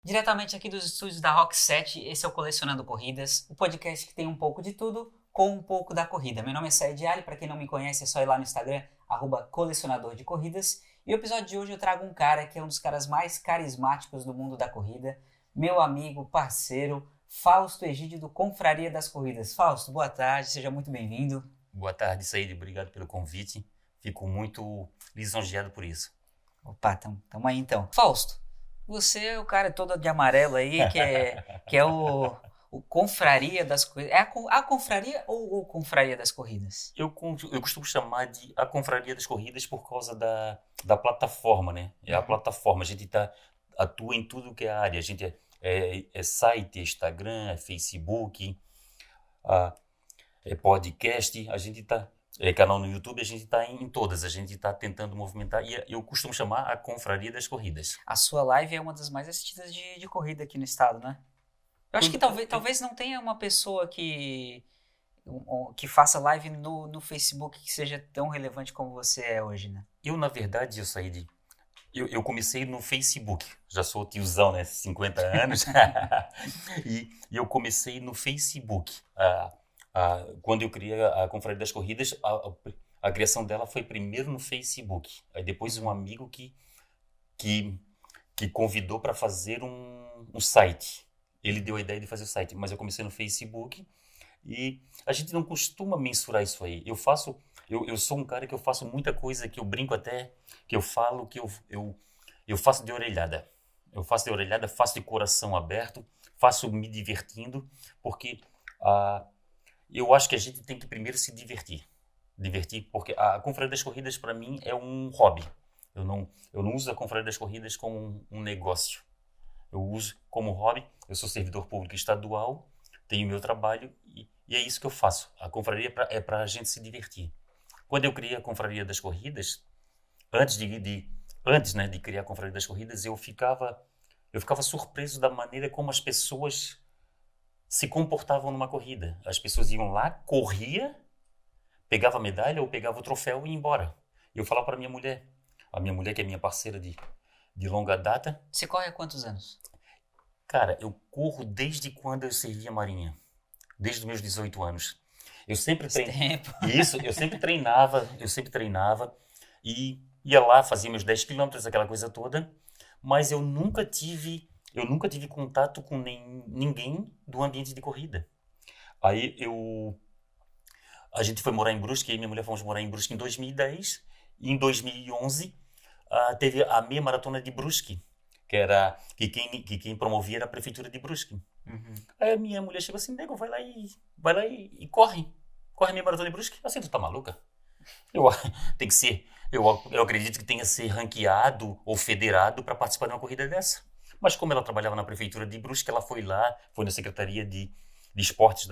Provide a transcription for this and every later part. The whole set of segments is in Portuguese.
Diretamente aqui dos estúdios da Rock 7, esse é o Colecionando Corridas, o podcast que tem um pouco de tudo com um pouco da corrida. Meu nome é Said Ali, para quem não me conhece é só ir lá no Instagram, @colecionador de corridas. E o episódio de hoje eu trago um cara que é um dos caras mais carismáticos do mundo da corrida, meu amigo, parceiro, Fausto Egídio do Confraria das Corridas. Fausto, boa tarde, seja muito bem-vindo. Boa tarde, Said. Obrigado pelo convite. Fico muito lisonjeado por isso. Opa, tamo aí então. Fausto, você é o cara todo de amarelo aí, que é o Confraria das Corridas. É a Confraria ou o Confraria das Corridas? Eu costumo chamar de a Confraria das Corridas por causa da plataforma, né? É a Uhum. plataforma. A gente atua em tudo que é área. A gente é site, é Instagram, é Facebook, ah, é podcast. A gente é canal no YouTube. A gente está em todas. A gente está tentando movimentar. E eu costumo chamar a Confraria das Corridas. A sua live é uma das mais assistidas de corrida aqui no estado, né? Eu acho que talvez não tenha uma pessoa que faça live no Facebook que seja tão relevante como você é hoje, né? Na verdade, eu comecei no Facebook. Já sou tiozão, né? 50 anos. E eu comecei no Facebook. Quando eu criei a Confraria das Corridas, a criação dela foi primeiro no Facebook. Aí depois um Uhum. amigo que, que convidou para fazer um site. Ele deu a ideia de fazer o site, mas eu comecei no Facebook e a gente não costuma mensurar isso aí. Eu sou um cara que eu faço muita coisa que eu brinco até, que eu falo que eu faço de orelhada. Eu faço de orelhada, faço de coração aberto, faço me divertindo, porque ah, eu acho que a gente tem que primeiro se divertir. Divertir, porque a Confraria das Corridas para mim é um hobby. Eu não uso a Confraria das Corridas como um negócio. Eu uso como hobby. Eu sou servidor público estadual, tenho meu trabalho e é isso que eu faço. A confraria é para a gente se divertir. Quando eu criei a Confraria das Corridas, antes antes, né, de criar a Confraria das Corridas, eu ficava surpreso da maneira como as pessoas se comportavam numa corrida. As pessoas iam lá, corria, pegava a medalha ou pegava o troféu e ia embora. Eu falava para a minha mulher que é minha parceira de longa data, Você corre há quantos anos? cara, eu corro desde quando eu servi a Marinha, desde os meus 18 anos. Eu sempre Faz trein... tempo. Isso, eu sempre treinava e ia lá, fazia meus 10 quilômetros, aquela coisa toda, mas eu nunca tive contato com ninguém do ambiente de corrida. Aí a gente foi morar em Brusque, eu e minha mulher fomos morar em Brusque em 2010 e em 2011 teve a meia maratona de Brusque, que quem promovia era a prefeitura de Brusque. Uhum. Aí a minha mulher chegou assim, nego, vai lá e corre. Corre a minha maratona de Brusque. Assim, tu tá maluca? Eu, tem que ser, eu acredito que tenha que ser ranqueado ou federado para participar de uma corrida dessa. Mas como ela trabalhava na prefeitura de Brusque, ela foi lá, foi na Secretaria de Esportes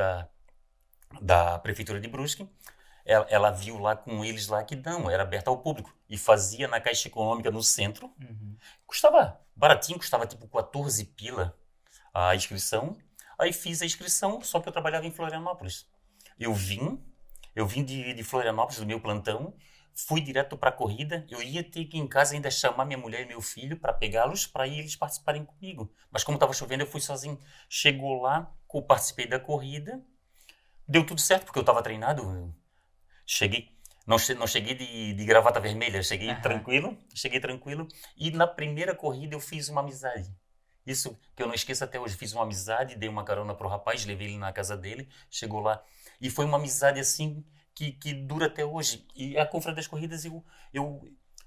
da prefeitura de Brusque. Ela viu lá com eles lá que não, era aberta ao público. E fazia na Caixa Econômica no centro. Uhum. Custava baratinho, custava tipo 14 pila a inscrição. Aí fiz a inscrição, só que eu trabalhava em Florianópolis. Eu vim, eu vim de Florianópolis, do meu plantão, fui direto para a corrida. Eu ia ter que ir em casa ainda chamar minha mulher e meu filho para pegá-los, para eles participarem comigo. Mas como estava chovendo, eu fui sozinho. Chegou lá, participei da corrida, deu tudo certo, porque eu estava treinado. Cheguei, não cheguei de gravata vermelha, Aham. cheguei tranquilo. E na primeira corrida eu fiz uma amizade. Isso que eu não esqueço até hoje. Fiz uma amizade, dei uma carona pro rapaz, levei ele na casa dele, chegou lá. E foi uma amizade assim que dura até hoje. E a Confraria das Corridas, eu,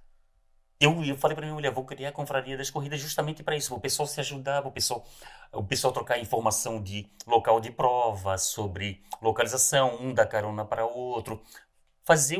eu falei para minha mulher, vou criar a Confraria das Corridas justamente para isso. O pessoal se ajudar, o pessoal trocar informação de local de prova, sobre localização, um dar carona para outro. Fazer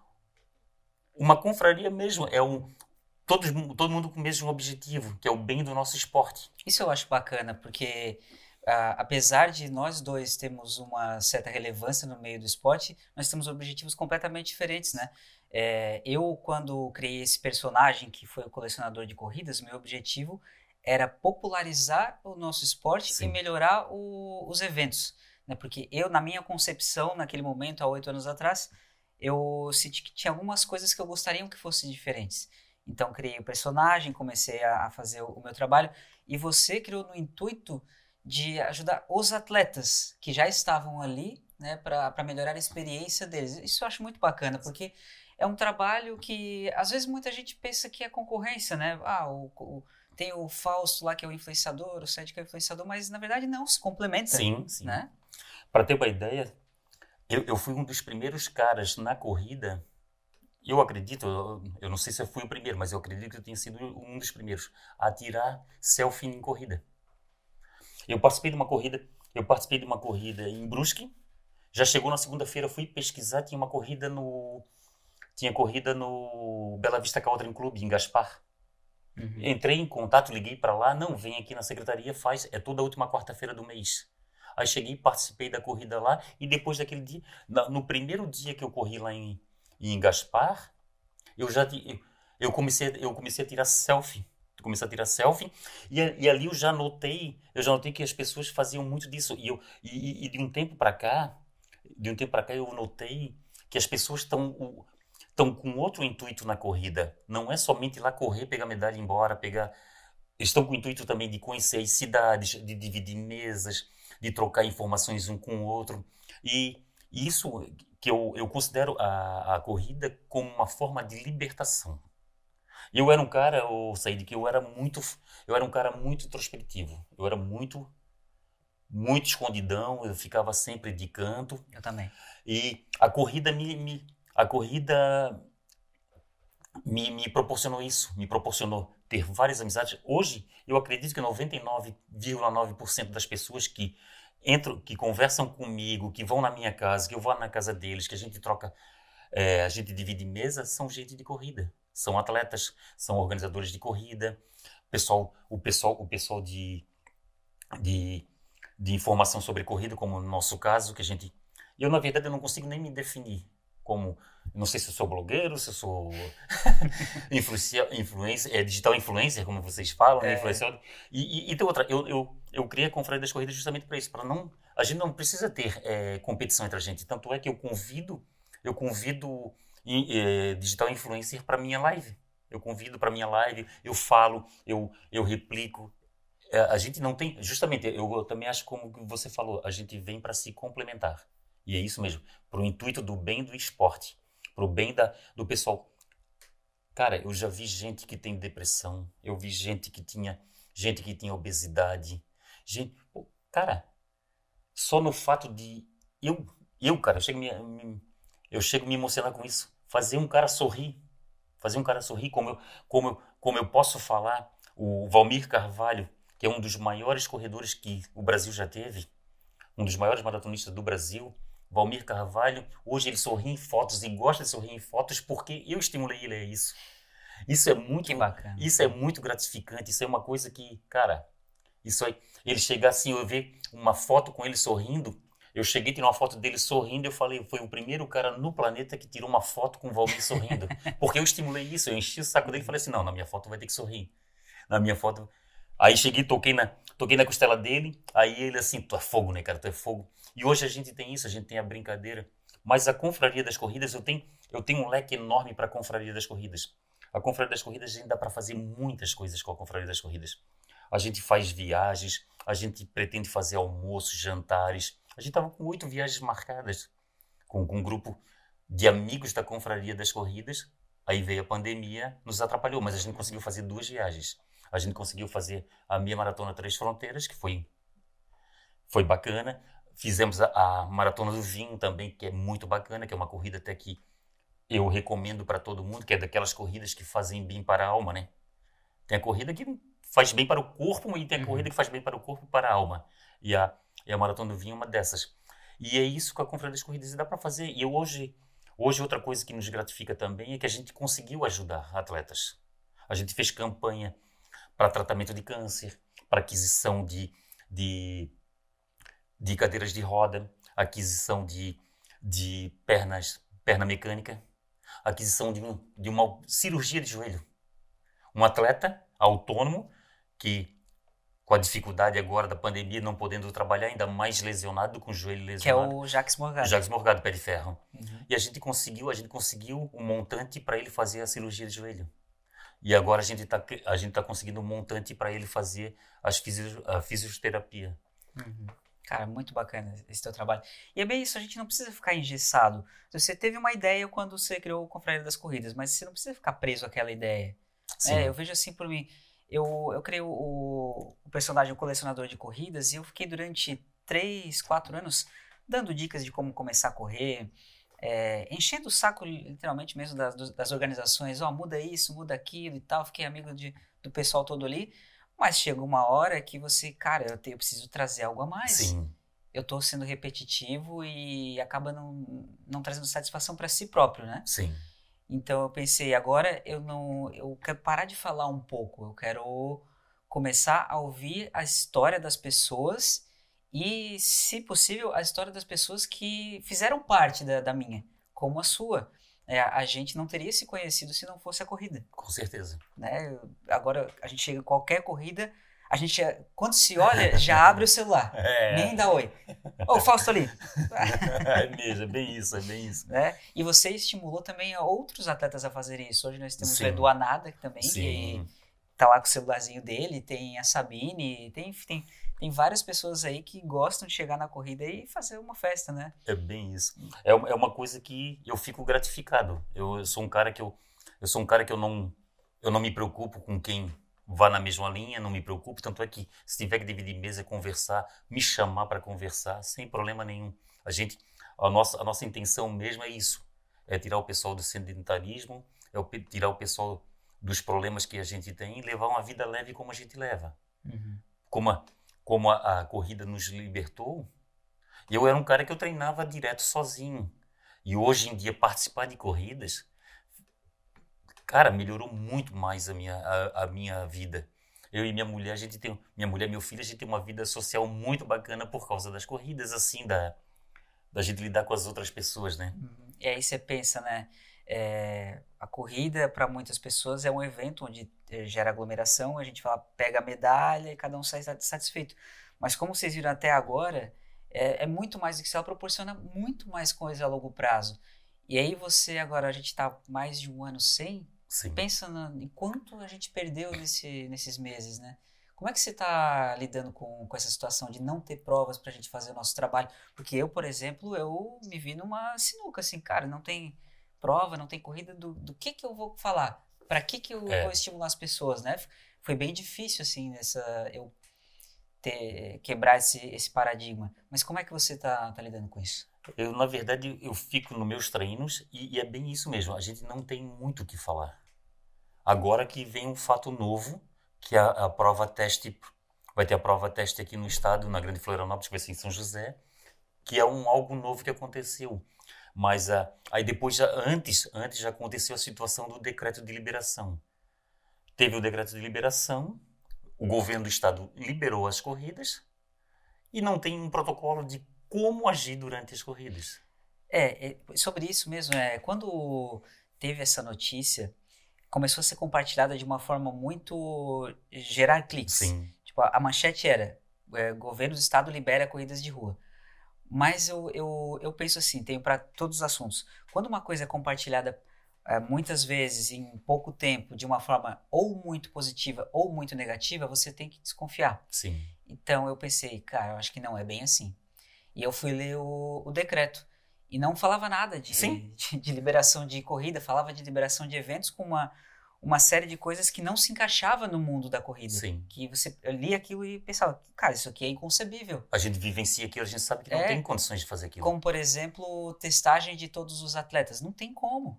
uma confraria mesmo. Todo mundo com o mesmo objetivo, que é o bem do nosso esporte. Isso eu acho bacana, porque apesar de nós dois termos uma certa relevância no meio do esporte, nós temos objetivos completamente diferentes, né? Eu, quando criei esse personagem que foi o colecionador de corridas, meu objetivo era popularizar o nosso esporte e Sim. melhorar os eventos, né? Porque eu, na minha concepção, naquele momento, há 8 anos atrás, eu senti que tinha algumas coisas que eu gostaria que fossem diferentes. Então criei o personagem, comecei a fazer o meu trabalho. E você criou no intuito de ajudar os atletas que já estavam ali, né, para melhorar a experiência deles. Isso eu acho muito bacana, porque é um trabalho que às vezes muita gente pensa que é concorrência, né? Tem o Fausto lá que é o influenciador, o Sede que é o influenciador, mas na verdade não, se complementa, Sim, sim. né? Para ter uma ideia, eu fui um dos primeiros caras na corrida. Eu acredito, eu não sei se eu fui o primeiro, mas eu acredito que eu tenha sido um dos primeiros a tirar selfie em corrida. Eu participei de uma corrida, em Brusque. Já chegou na segunda-feira, fui pesquisar, tinha corrida no Bela Vista Country Club em Gaspar. Uhum. Entrei em contato, liguei para lá, não, vem aqui na secretaria, faz, é toda a última quarta-feira do mês. Aí cheguei, participei da corrida lá e depois daquele dia, no primeiro dia que eu corri lá em Gaspar, eu comecei a tirar selfie. Comecei a tirar selfie e ali eu já notei que as pessoas faziam muito disso e de um tempo para cá eu notei que as pessoas estão com outro intuito na corrida. Não é somente ir lá correr, pegar medalha e ir embora, estão com o intuito também de conhecer as cidades, de dividir mesas, de trocar informações um com o outro. E isso que eu considero a corrida como uma forma de libertação. Eu era um cara, Said, que eu era um cara muito introspectivo. Eu era muito escondidão, eu ficava sempre de canto. Eu também. E a corrida me proporcionou isso, me proporcionou ter várias amizades. Hoje, eu acredito que 99,9% das pessoas que entram, que conversam comigo, que vão na minha casa, que eu vou na casa deles, que a gente troca, a gente divide mesa, são gente de corrida. São atletas, são organizadores de corrida, o pessoal de, de informação sobre corrida, como no nosso caso, que a gente... Eu, na verdade, eu não consigo nem me definir como... Não sei se eu sou blogueiro, se eu sou influencer, digital influencer, como vocês falam, né? Influenciador. E tem outra, eu criei a Confraria das Corridas justamente para isso, para não... A gente não precisa ter competição entre a gente. Tanto é que eu convido digital influencer para minha live. Eu convido para minha live, eu falo, eu replico. A gente não tem... Justamente, eu também acho como você falou, a gente vem para se complementar. E é isso mesmo, para o intuito do bem do esporte, para o bem do pessoal. Cara, eu já vi gente que tem depressão, eu vi gente que tinha obesidade. Pô, cara, só no fato de... Cara, eu chego a me emocionar com isso. Fazer um cara sorrir, como eu posso falar, o Valmir Carvalho, que é um dos maiores corredores que o Brasil já teve, um dos maiores maratonistas do Brasil, Valmir Carvalho, hoje ele sorri em fotos e gosta de sorrir em fotos porque eu estimulei ele a isso. Que bacana. Isso é muito gratificante, isso é uma coisa que, cara, isso aí, ele chegar assim, eu ver uma foto com ele sorrindo, eu cheguei a tirar uma foto dele sorrindo, eu falei, foi o primeiro cara no planeta que tirou uma foto com o Valmir sorrindo, porque eu estimulei isso, eu enchi o saco dele e falei assim, não, na minha foto vai ter que sorrir, na minha foto... Aí cheguei, toquei na costela dele, aí ele assim, tu é fogo, né, cara, tu é fogo. E hoje a gente tem isso, a gente tem a brincadeira. Mas a Confraria das Corridas, eu tenho um leque enorme para a Confraria das Corridas. A Confraria das Corridas, a gente dá para fazer muitas coisas com a Confraria das Corridas. A gente faz viagens, a gente pretende fazer almoços, jantares. A gente estava com 8 viagens marcadas, com um grupo de amigos da Confraria das Corridas. Aí veio a pandemia, nos atrapalhou, mas a gente conseguiu fazer 2 viagens. A gente conseguiu fazer a Meia Maratona Três Fronteiras, que foi bacana. Fizemos a Maratona do Vinho também, que é muito bacana, que é uma corrida até que eu recomendo para todo mundo, que é daquelas corridas que fazem bem para a alma, né? Tem a corrida que faz bem para o corpo e tem a corrida que faz bem para o corpo e para a alma. E a Maratona do Vinho é uma dessas. E é isso que a Confraria das Corridas dá para fazer. E hoje outra coisa que nos gratifica também é que a gente conseguiu ajudar atletas. A gente fez campanha para tratamento de câncer, para aquisição de cadeiras de roda, aquisição de perna mecânica, aquisição de uma cirurgia de joelho. Um atleta autônomo que, com a dificuldade agora da pandemia, não podendo trabalhar, ainda mais lesionado, com o joelho lesionado. Que é o Jacques Morgado. Jacques Morgado, pé de ferro. E a gente conseguiu um montante para ele fazer a cirurgia de joelho. E agora a gente tá conseguindo um montante para ele fazer a fisioterapia. Uhum. Cara, muito bacana esse teu trabalho. E é bem isso, a gente não precisa ficar engessado. Você teve uma ideia quando você criou o Confraria das Corridas, mas você não precisa ficar preso àquela ideia. Eu Sim, vejo assim por mim. Eu criei o personagem o colecionador de corridas e eu fiquei durante 3, 4 anos dando dicas de como começar a correr, enchendo o saco literalmente mesmo das organizações, ó, muda isso, muda aquilo e tal. Fiquei amigo do pessoal todo ali. Mas chega uma hora que você, cara, eu preciso trazer algo a mais. sim, Eu tô sendo repetitivo e acaba não trazendo satisfação para si próprio, né? sim. Então eu pensei, agora eu quero parar de falar um pouco, eu quero começar a ouvir a história das pessoas e, se possível, a história das pessoas que fizeram parte da minha, como a sua. A gente não teria se conhecido se não fosse a corrida, Com certeza. né? Agora a gente chega em qualquer corrida, quando se olha, já abre o celular, nem É, dá oi. Ô, Fausto ali. é mesmo, é bem isso, é bem isso. Né? E você estimulou também outros atletas a fazerem isso. Hoje nós temos o Sim, Edu Anada também, que sim, tá lá com o celularzinho dele, tem a Sabine, tem várias pessoas aí que gostam de chegar na corrida e fazer uma festa, né? é bem isso. É uma coisa que eu fico gratificado. Eu sou um cara eu sou um cara que eu não me preocupo com quem vá na mesma linha, não me preocupo. Tanto é que se tiver que dividir mesa, conversar, me chamar para conversar, sem problema nenhum. A nossa intenção mesmo é isso. É tirar o pessoal do sedentarismo, tirar o pessoal dos problemas que a gente tem e levar uma vida leve como a gente leva. Uhum. Como a corrida nos libertou, eu era um cara que eu treinava direto sozinho. E hoje em dia, participar de corridas, cara, melhorou muito mais a minha vida. Eu e minha mulher, minha mulher e meu filho, a gente tem uma vida social muito bacana por causa das corridas, assim, da gente lidar com as outras pessoas, né? Uhum. E aí você pensa, né? A corrida para muitas pessoas é um evento onde gera aglomeração, a gente fala, pega a medalha e cada um sai satisfeito. Mas como vocês viram até agora, é muito mais do que isso, ela proporciona muito mais coisa a longo prazo. E aí você agora, a gente está mais de um ano sem, Sim. pensa em quanto a gente perdeu nesses meses, né? Como é que você está lidando com essa situação de não ter provas para a gente fazer o nosso trabalho? Porque eu, por exemplo, eu me vi numa sinuca, assim, cara, não tem prova, não tem corrida, do que eu vou falar? Para que eu vou É, estimular as pessoas, né? Foi bem difícil, assim, eu quebrar esse paradigma. Mas como é que você tá lidando com isso? na verdade, eu fico nos meus treinos e é bem isso mesmo. A gente não tem muito o que falar. Agora que vem um fato novo, que é a prova teste, vai ter a prova teste aqui no estado, na Grande Florianópolis, que vai ser em São José, que é algo novo que aconteceu. Mas aí depois, antes já aconteceu a situação do decreto de liberação. Teve o decreto de liberação, o governo do estado liberou as corridas e não tem um protocolo de como agir durante as corridas. Sobre isso mesmo, quando teve essa notícia, começou a ser compartilhada de uma forma muito gerar cliques. Sim, Tipo, a manchete era, governo do estado libera corridas de rua. Mas eu penso assim, tenho para todos os assuntos. Quando uma coisa é compartilhada muitas vezes em pouco tempo, de uma forma ou muito positiva ou muito negativa, você tem que desconfiar. sim, Então eu pensei, cara, eu acho que não é bem assim. E eu fui ler o decreto. E não falava nada sim, de liberação de corrida, falava de liberação de eventos com uma série de coisas que não se encaixava no mundo da corrida. sim. Que você lia aquilo e pensava, cara, isso aqui é inconcebível. A gente vivencia aquilo, a gente sabe que não É, tem condições de fazer aquilo. como, por exemplo, testagem de todos os atletas. Não tem como.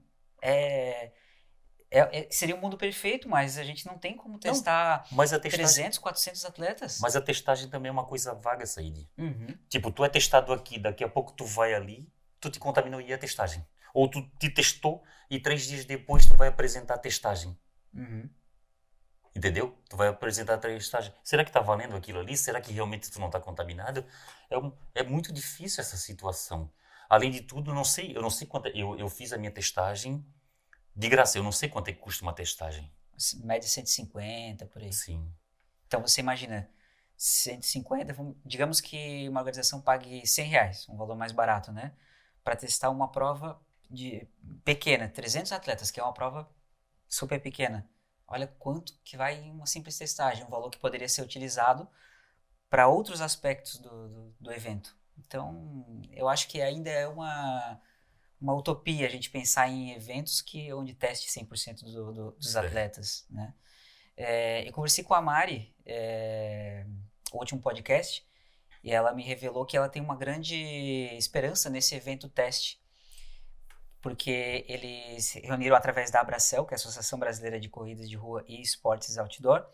Seria um mundo perfeito, mas a gente não tem como Não, testar mas a testagem, 300, 400 atletas. mas a testagem também é uma coisa vaga, Said. Uhum, Tipo, tu é testado aqui, daqui a pouco tu vai ali, tu te contaminou e é a testagem. Ou tu te testou e 3 dias depois tu vai apresentar a testagem. uhum. Entendeu? Tu vai apresentar a testagem. Será que tá valendo aquilo ali? Será que realmente tu não tá contaminado? É muito difícil essa situação. Além de tudo, eu não sei quanto. Eu fiz a minha testagem de graça, eu não sei quanto é que custa uma testagem. Média 150, por aí. Sim, Então você imagina, 150, digamos que uma organização pague R$ 100, um valor mais barato, né? Para testar uma prova pequena, 300 atletas, que é uma prova super pequena. Olha quanto que vai em uma simples testagem, um valor que poderia ser utilizado para outros aspectos do evento. Então, eu acho que ainda é uma utopia a gente pensar em eventos onde teste 100% dos atletas, né? Eu conversei com a Mari, no último podcast, e ela me revelou que ela tem uma grande esperança nesse evento teste, porque eles se reuniram através da Abracel, que é a Associação Brasileira de Corridas de Rua e Esportes Outdoor,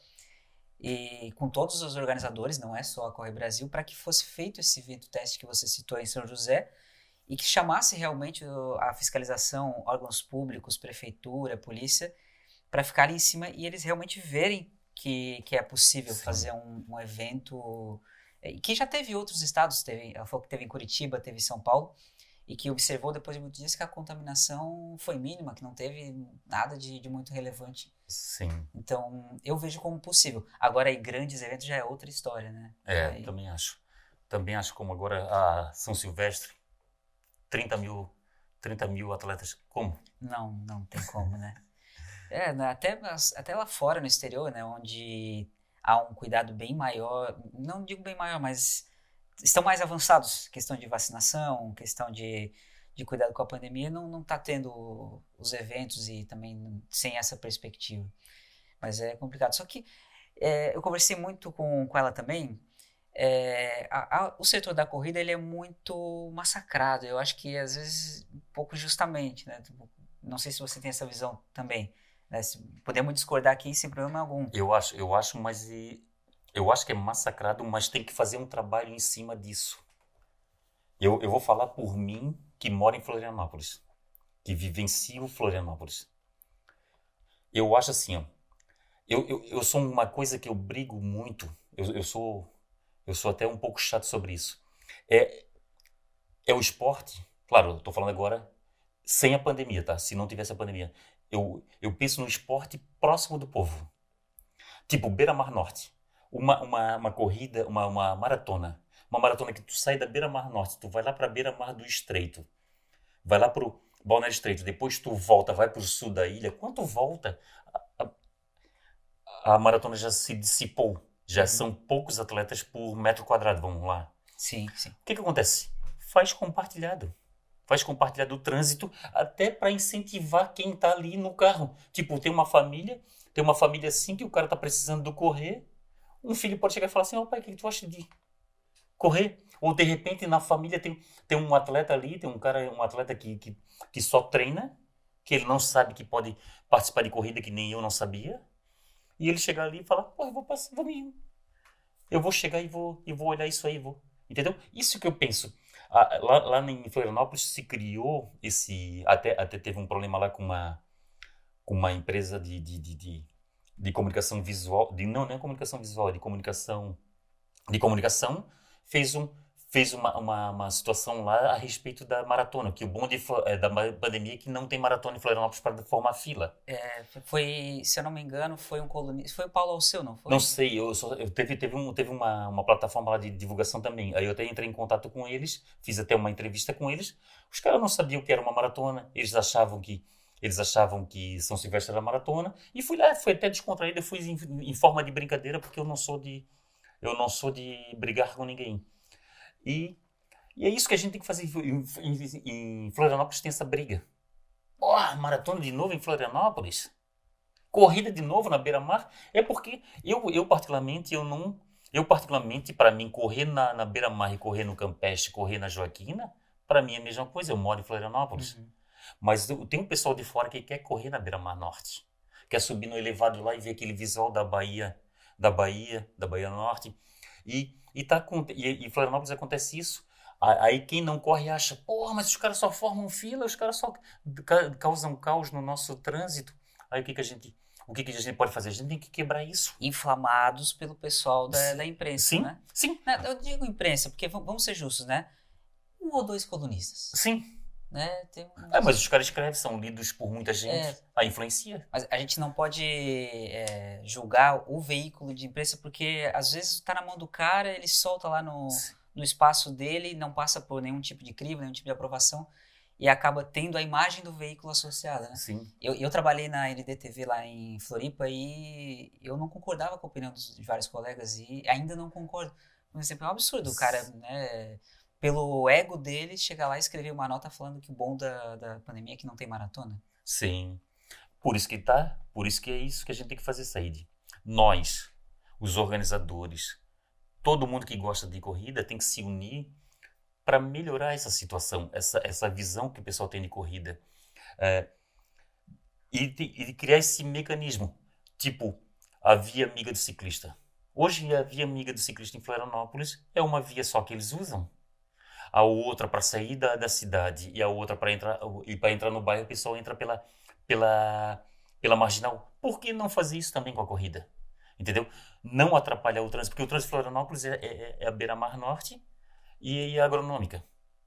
e com todos os organizadores, não é só a Corre Brasil, para que fosse feito esse evento teste que você citou em São José, e que chamasse realmente a fiscalização, órgãos públicos, prefeitura, polícia, para ficarem em cima e eles realmente verem que é possível fazer um evento, que já teve outros estados, ela falou que teve em Curitiba, teve em São Paulo, e que observou depois de muitos dias que a contaminação foi mínima, que não teve nada de muito relevante. Sim. Então, eu vejo como possível. Agora, aí, grandes eventos já é outra história, né? Aí... também acho. Também acho como agora a São Silvestre, 30 mil atletas, como? Não tem como, né? Até lá fora, no exterior, né, onde há um cuidado bem maior, não digo bem maior, mas estão mais avançados, questão de vacinação, questão de cuidado com a pandemia, não está tendo os eventos e também sem essa perspectiva. Mas é complicado. Só que eu conversei muito com ela também, o setor da corrida ele é muito massacrado, eu acho que às vezes um pouco justamente, né? Não sei se você tem essa visão também, né? Podemos discordar aqui sem problema algum. Eu acho, mas eu acho que é massacrado, mas tem que fazer um trabalho em cima disso. Eu vou falar por mim, que moro em Florianópolis, que vivencio Florianópolis. Eu acho assim, ó, eu sou uma coisa que eu brigo muito, eu sou até um pouco chato sobre isso. É o esporte, claro, eu estou falando agora sem a pandemia, tá? Se não tivesse a pandemia. Eu penso no esporte próximo do povo. Tipo, Beira-Mar Norte. Uma corrida, uma maratona. Uma maratona que tu sai da Beira-Mar Norte, tu vai lá para Beira-Mar do Estreito. Vai lá pro Balneário Estreito, depois tu volta, vai pro sul da ilha. Quando tu volta, a maratona já se dissipou. Já são poucos atletas por metro quadrado, vamos lá. Sim. O que acontece? Faz compartilhado o trânsito até para incentivar quem está ali no carro. Tipo, tem uma família assim que o cara está precisando do correr, um filho pode chegar e falar assim, ó pai, o que tu acha de correr? Ou de repente na família tem um atleta ali, tem um atleta que só treina, que ele não sabe que pode participar de corrida, que nem eu não sabia, e ele chegar ali e falar, pô, eu vou chegar e vou olhar isso aí, entendeu? Isso que eu penso. Lá em Florianópolis se criou até teve um problema lá com uma empresa de comunicação visual, não é comunicação visual, é de comunicação, fez uma situação lá a respeito da maratona, que o bom da pandemia é que não tem maratona em Florianópolis para formar fila. Se eu não me engano, foi um colunista, foi o Paulo Alceu, não foi? Não sei, teve uma plataforma lá de divulgação também, aí eu até entrei em contato com eles, fiz até uma entrevista com eles, os caras não sabiam que era uma maratona, eles achavam que São Silvestre era maratona, e fui lá, foi até descontraído, eu fui em forma de brincadeira, porque eu não sou de brigar com ninguém. E é isso que a gente tem que fazer. Em Florianópolis tem essa briga. Maratona de novo em Florianópolis? Corrida de novo na beira-mar? É porque eu particularmente, para mim, correr na beira-mar e correr no Campeche, correr na Joaquina, para mim é a mesma coisa. Eu moro em Florianópolis. Mas tem um pessoal de fora que quer correr na beira-mar norte. Quer subir no elevado lá e ver aquele visual da Bahia Norte. E em Florianópolis acontece isso. Aí quem não corre acha, mas os caras só formam fila, os caras só causam caos no nosso trânsito. Aí o que a gente pode fazer? A gente tem que quebrar isso. Inflamados pelo pessoal da imprensa, sim, né? Sim. Eu digo imprensa, porque vamos ser justos, né? 1 ou 2 colunistas. Sim. Né? Mas os caras escrevem, são lidos por muita gente, a influencia. Mas a gente não pode julgar o veículo de imprensa, porque às vezes está na mão do cara, ele solta lá no espaço dele, não passa por nenhum tipo de crivo, nenhum tipo de aprovação, e acaba tendo a imagem do veículo associada, né? Sim. Eu trabalhei na NDTV lá em Floripa e eu não concordava com a opinião de vários colegas e ainda não concordo. Por exemplo, é um absurdo o cara, né, pelo ego dele, chegar lá e escrever uma nota falando que o bom da pandemia é que não tem maratona. Sim. Por isso que é isso que a gente tem que fazer, Said. Nós, os organizadores, todo mundo que gosta de corrida tem que se unir para melhorar essa situação, essa visão que o pessoal tem de corrida. E criar esse mecanismo, tipo a via amiga do ciclista. Hoje a via amiga do ciclista em Florianópolis é uma via só que eles usam. A outra para sair da cidade e a outra para entrar no bairro, o pessoal entra pela marginal. Por que não fazer isso também com a corrida? Entendeu? Não atrapalhar o trânsito, porque o trânsito de Florianópolis é a beira-mar norte e a agronômica.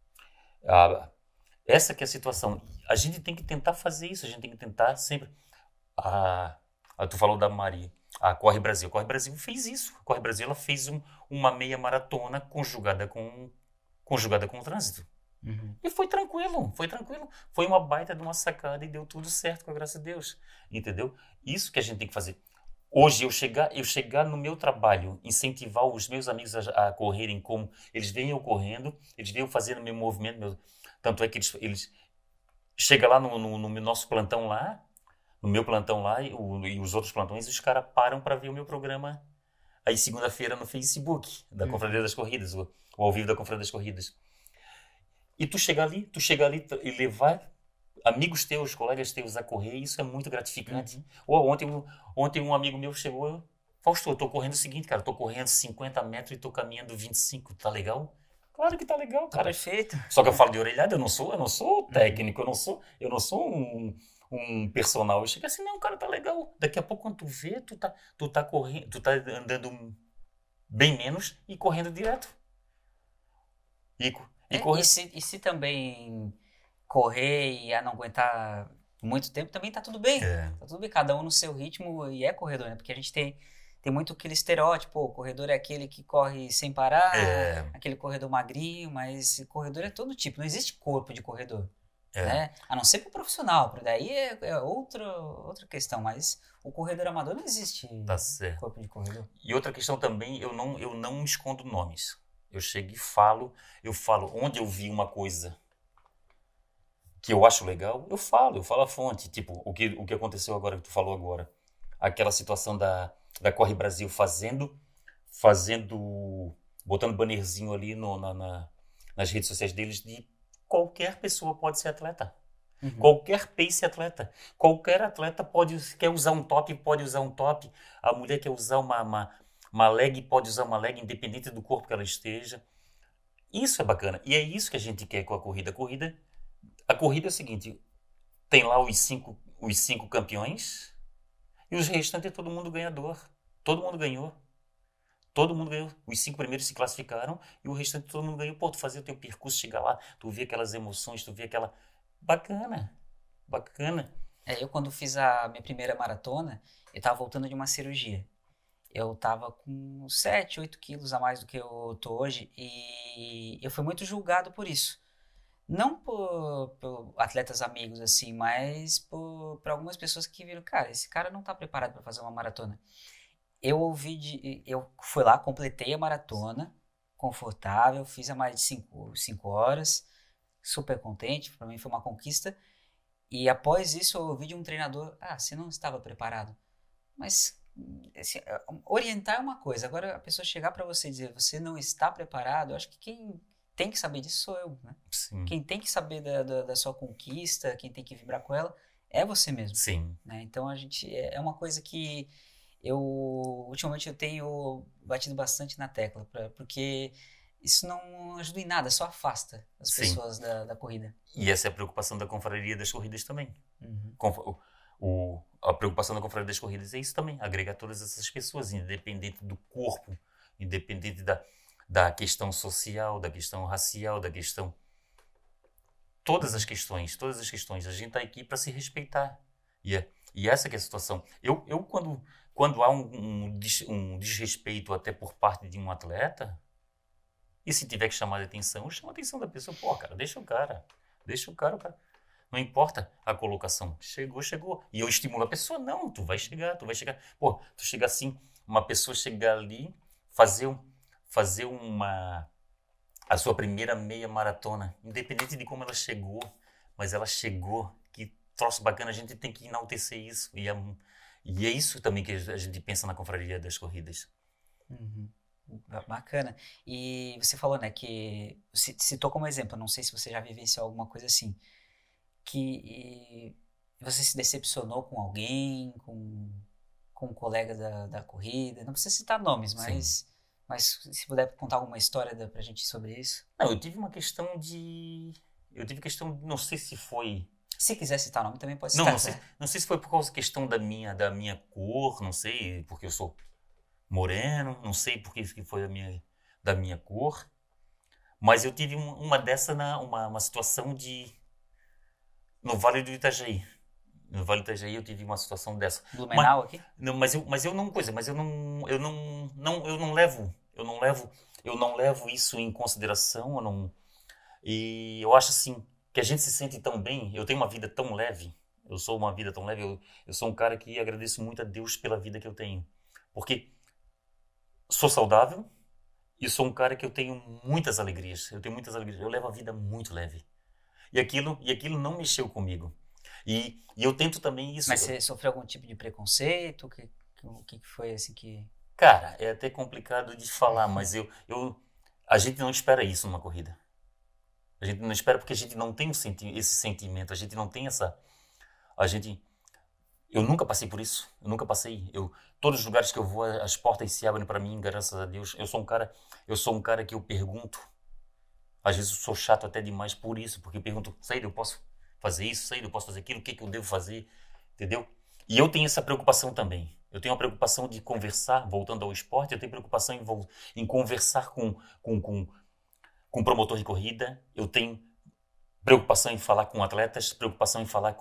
Essa que é a situação. A gente tem que tentar fazer isso, a gente tem que tentar sempre. Tu falou da Mari, a Corre Brasil. A Corre Brasil fez isso. A Corre Brasil ela fez uma meia maratona conjugada com o trânsito. Uhum. E foi tranquilo, foi tranquilo. Foi uma baita de uma sacada e deu tudo certo, com a graça de Deus. Entendeu? Isso que a gente tem que fazer. Hoje, eu chegar no meu trabalho, incentivar os meus amigos a correrem como eles vêm eu correndo, eles vêm eu fazendo o meu movimento. Tanto é que eles chegam lá no nosso plantão lá, no meu plantão lá e os outros plantões, os caras param para ver o meu programa aí segunda-feira no Facebook, da Confraria das Corridas, o ao vivo da Confraria das Corridas. E tu chegar ali e levar amigos teus, colegas teus a correr, isso é muito gratificante. Ontem um amigo meu chegou, Fausto, eu tô correndo o seguinte, cara, eu tô correndo 50 metros e tô caminhando 25, tá legal? Claro que tá legal, Tá cara. perfeito. Só que eu falo de orelhada, eu não sou técnico, eu não sou um personal. Eu chego assim, não, cara, tá legal. Daqui a pouco quando tu vê, tu tá correndo, tu tá andando bem menos e correndo direto. E se também correr e não aguentar muito tempo, também tá tudo bem. Tá tudo bem, cada um no seu ritmo e é corredor, né? Porque a gente tem muito aquele estereótipo, o corredor é aquele que corre sem parar, aquele corredor magrinho, mas corredor é todo tipo, não existe corpo de corredor, né? A não ser para o profissional, porque daí é outra questão, mas o corredor amador não existe corpo de corredor. E outra questão também, eu não escondo nomes. Eu chego e falo onde eu vi uma coisa que eu acho legal, eu falo a fonte, tipo, o que aconteceu agora, que tu falou agora, aquela situação da Corre Brasil botando bannerzinho ali nas redes sociais deles de qualquer pessoa pode ser atleta. Uhum. Qualquer pace atleta. Qualquer atleta quer usar um top, pode usar um top. A mulher quer usar uma leg, pode usar uma leg, independente do corpo que ela esteja. Isso é bacana. E é isso que a gente quer com a corrida. A corrida é o seguinte, tem lá os cinco campeões e os restantes é todo mundo ganhador. Todo mundo ganhou. Todo mundo ganhou. Os 5 primeiros se classificaram e o restante todo mundo ganhou. Pô, tu fazia o teu percurso, chegar lá, tu vê aquelas emoções, tu vê aquela... Bacana. Eu quando fiz a minha primeira maratona, eu tava voltando de uma cirurgia. Eu tava com 7, 8 quilos a mais do que eu tô hoje e eu fui muito julgado por isso. Não por atletas amigos assim, mas por algumas pessoas que viram, cara, esse cara não tá preparado para fazer uma maratona. Eu fui lá, completei a maratona, confortável, fiz a mais de 5 horas, super contente, para mim foi uma conquista. E após isso eu ouvi de um treinador, você não estava preparado. Mas assim, orientar é uma coisa, agora a pessoa chegar para você e dizer, você não está preparado, eu acho que quem tem que saber disso sou eu, né? Sim. Quem tem que saber da sua conquista, quem tem que vibrar com ela, é você mesmo. Sim. Né? Então a gente, é uma coisa que ultimamente eu tenho batido bastante na tecla, porque isso não ajuda em nada, só afasta as pessoas da corrida. E essa é a preocupação da Confraria das Corridas também. Uhum. A preocupação da Confraria das Corridas é isso também, agregar todas essas pessoas, independente do corpo, independente da questão social, da questão racial, da questão... Todas as questões. A gente está aqui para se respeitar. E essa que é a situação. Eu quando há um desrespeito até por parte de um atleta, e se tiver que chamar de atenção, eu chamo a atenção da pessoa. Pô, cara, deixa o cara. Deixa o cara. Não importa a colocação. Chegou. E eu estimulo a pessoa, não, tu vai chegar. Pô, tu chega assim, uma pessoa chegar ali, fazer a sua primeira meia maratona, independente de como ela chegou, mas ela chegou, que troço bacana, a gente tem que enaltecer isso. E é isso também que a gente pensa na Confraria das Corridas. Uhum. Bacana. E você falou, né, que citou como exemplo, não sei se você já vivenciou alguma coisa assim, que você se decepcionou com alguém, com um colega da corrida, não precisa citar nomes, Sim. mas se puder contar alguma história pra gente sobre isso. Não, eu tive uma questão de... não sei se foi... Se quiser citar nome, também pode Não, citar. não sei se foi por causa da questão da minha cor, não sei, porque eu sou moreno, não sei por que isso que foi da minha cor, mas eu tive uma dessa, uma situação no Vale do Itajaí. No Vale do Itajaí eu tive uma situação dessa. Mas, Blumenau aqui? não, mas eu não coisa, mas eu não levo isso em consideração, e eu acho assim que a gente se sente tão bem, eu tenho uma vida tão leve, eu sou uma vida tão leve, eu sou um cara que agradeço muito a Deus pela vida que eu tenho, porque sou saudável e sou um cara que eu tenho muitas alegrias, eu levo a vida muito leve. E aquilo não mexeu comigo. E eu tento também isso. Mas você sofreu algum tipo de preconceito? O que foi assim que... Cara, é até complicado de falar, mas a gente não espera isso numa corrida. A gente não espera porque a gente não tem esse sentimento, a gente não tem essa... A gente... Eu nunca passei por isso, eu nunca passei. Todos os lugares que eu vou, as portas se abrem para mim, graças a Deus. Eu sou um cara que eu pergunto. Às vezes eu sou chato até demais por isso, porque eu pergunto, Saída, eu posso fazer isso? Saída, eu posso fazer aquilo? O que eu devo fazer? Entendeu? E eu tenho essa preocupação também. Eu tenho a preocupação de conversar, voltando ao esporte, eu tenho preocupação em conversar com promotor de corrida, eu tenho preocupação em falar com atletas, preocupação em falar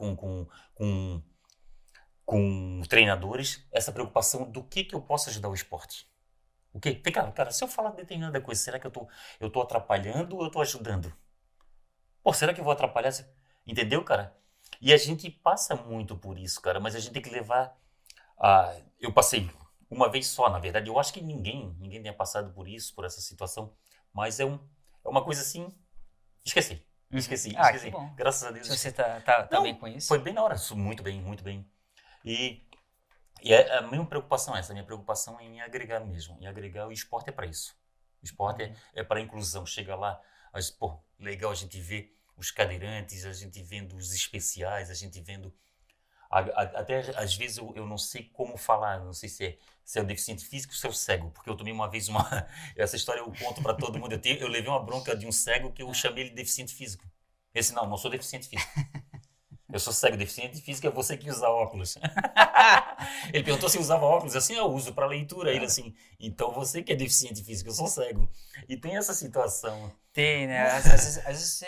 com treinadores, essa preocupação do que eu posso ajudar o esporte. O quê? Cara, se eu falar determinada coisa, será que eu tô atrapalhando ou eu tô ajudando? Pô, será que eu vou atrapalhar? Entendeu, cara? E a gente passa muito por isso, cara, mas a gente tem que levar eu passei uma vez só, na verdade. Eu acho que ninguém tenha passado por isso, por essa situação, mas é uma coisa assim, esqueci. Que bom. Graças a Deus, Se você esqueci. tá bem Não, com isso. foi bem na hora, muito bem, muito bem. E, e a minha preocupação é essa, a minha preocupação é em agregar mesmo, em agregar. O esporte é para isso. O esporte é para inclusão. Chega lá, pô, legal a gente ver os cadeirantes, a gente vendo os especiais, a gente vendo... Até às vezes eu não sei como falar, não sei se é o deficiente físico ou se é o cego, porque eu tomei uma vez essa história eu conto para todo mundo. Eu levei uma bronca de um cego que eu chamei ele de deficiente físico. Esse não sou deficiente físico. Eu sou cego, deficiente físico é você que usa óculos. Ele perguntou se usava óculos, assim, eu uso para leitura. Ele assim, então você que é deficiente físico, eu sou cego. E tem essa situação. Tem, né? Às vezes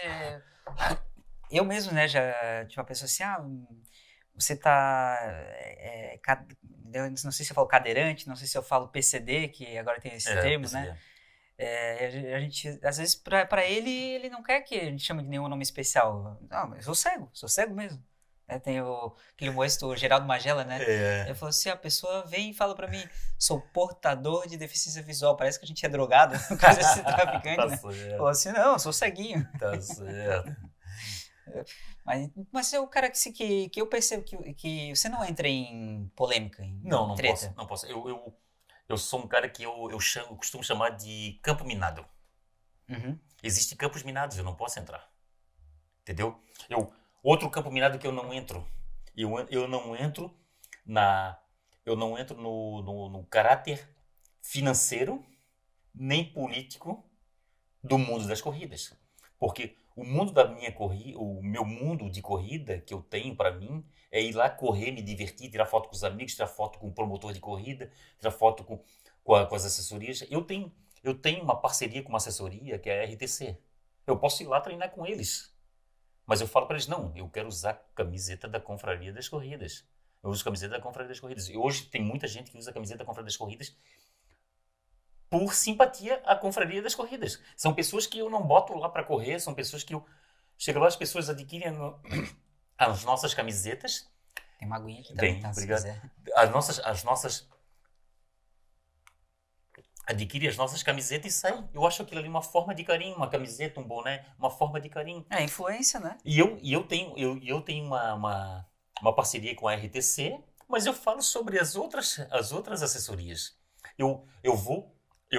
eu mesmo, né, já tive uma pessoa assim, você tá... eu não sei se eu falo cadeirante, não sei se eu falo PCD, que agora tem esse termo, PCD. né? A gente, às vezes, pra ele não quer que a gente chame de nenhum nome especial. Não, mas eu sou cego mesmo. Tem aquele humorista, o Geraldo Magela, né? Ele falou assim, a pessoa vem e fala pra mim, sou portador de deficiência visual, parece que a gente é drogado, coisa assim, traficante, Tá né? certo. Falou assim, não, eu sou ceguinho. Tá certo. Mas é o cara que eu percebo que você não entra em polêmica, em Não treta. não posso. Eu sou um cara que eu costumo chamar de campo minado. Uhum. Existem campos minados, eu não posso entrar. Entendeu? Outro campo minado que eu não entro. Eu não entro no caráter financeiro nem político do mundo das corridas. Porque o mundo da minha corrida, o meu mundo de corrida que eu tenho para mim é ir lá correr, me divertir, tirar foto com os amigos, tirar foto com o promotor de corrida, tirar foto com as assessorias. Eu tenho uma parceria com uma assessoria que é a RTC. Eu posso ir lá treinar com eles. Mas eu falo para eles, não, eu quero usar a camiseta da Confraria das Corridas. Eu uso a camiseta da Confraria das Corridas. E hoje tem muita gente que usa a camiseta da Confraria das Corridas por simpatia à Confraria das Corridas. São pessoas que eu não boto lá para correr, são pessoas que Chega lá, as pessoas adquirem as nossas camisetas. Tem uma aguinha aqui também, Bem, tá? Se obrigado. quiser. Adquire as nossas camisetas e sai. Eu acho aquilo ali uma forma de carinho, uma camiseta, um boné, uma forma de carinho. É influência, né? Eu tenho uma parceria com a RTC, mas eu falo sobre as outras assessorias. Eu vou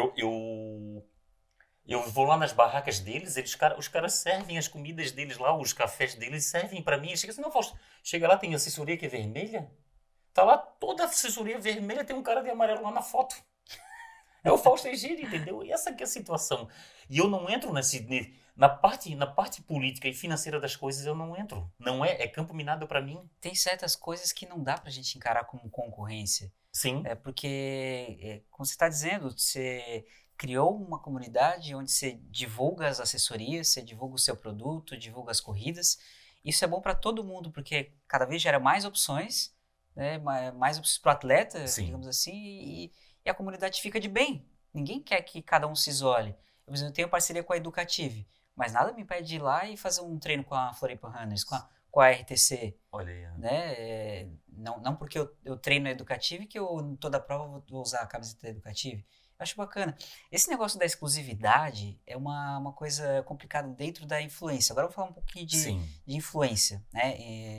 eu vou lá nas barracas deles, os caras servem as comidas deles lá, os cafés deles servem para mim. Chega assim, não, Fausto, chega lá, tem assessoria que é vermelha. Tá lá toda a assessoria vermelha, tem um cara de amarelo lá na foto. É o Fausto Egídio, entendeu? E essa que é a situação. E eu não entro na parte política e financeira das coisas, eu não entro. Não é campo minado para mim. Tem certas coisas que não dá pra gente encarar como concorrência. Sim, É porque, como você está dizendo, você criou uma comunidade onde você divulga as assessorias, você divulga o seu produto, divulga as corridas. Isso é bom para todo mundo, porque cada vez gera mais opções, né, mais opções para o atleta, sim, digamos assim, e a comunidade fica de bem. Ninguém quer que cada um se isole. Eu, por exemplo, tenho parceria com a Educative, mas nada me impede de ir lá e fazer um treino com a Floripa Runners, com a RTC. olha aí. Né? Não porque eu treino na Educative que eu em toda a prova vou usar a camiseta da Educative. Eu acho bacana. Esse negócio da exclusividade é uma coisa complicada dentro da influência. Agora eu vou falar um pouquinho Sim, de influência, né?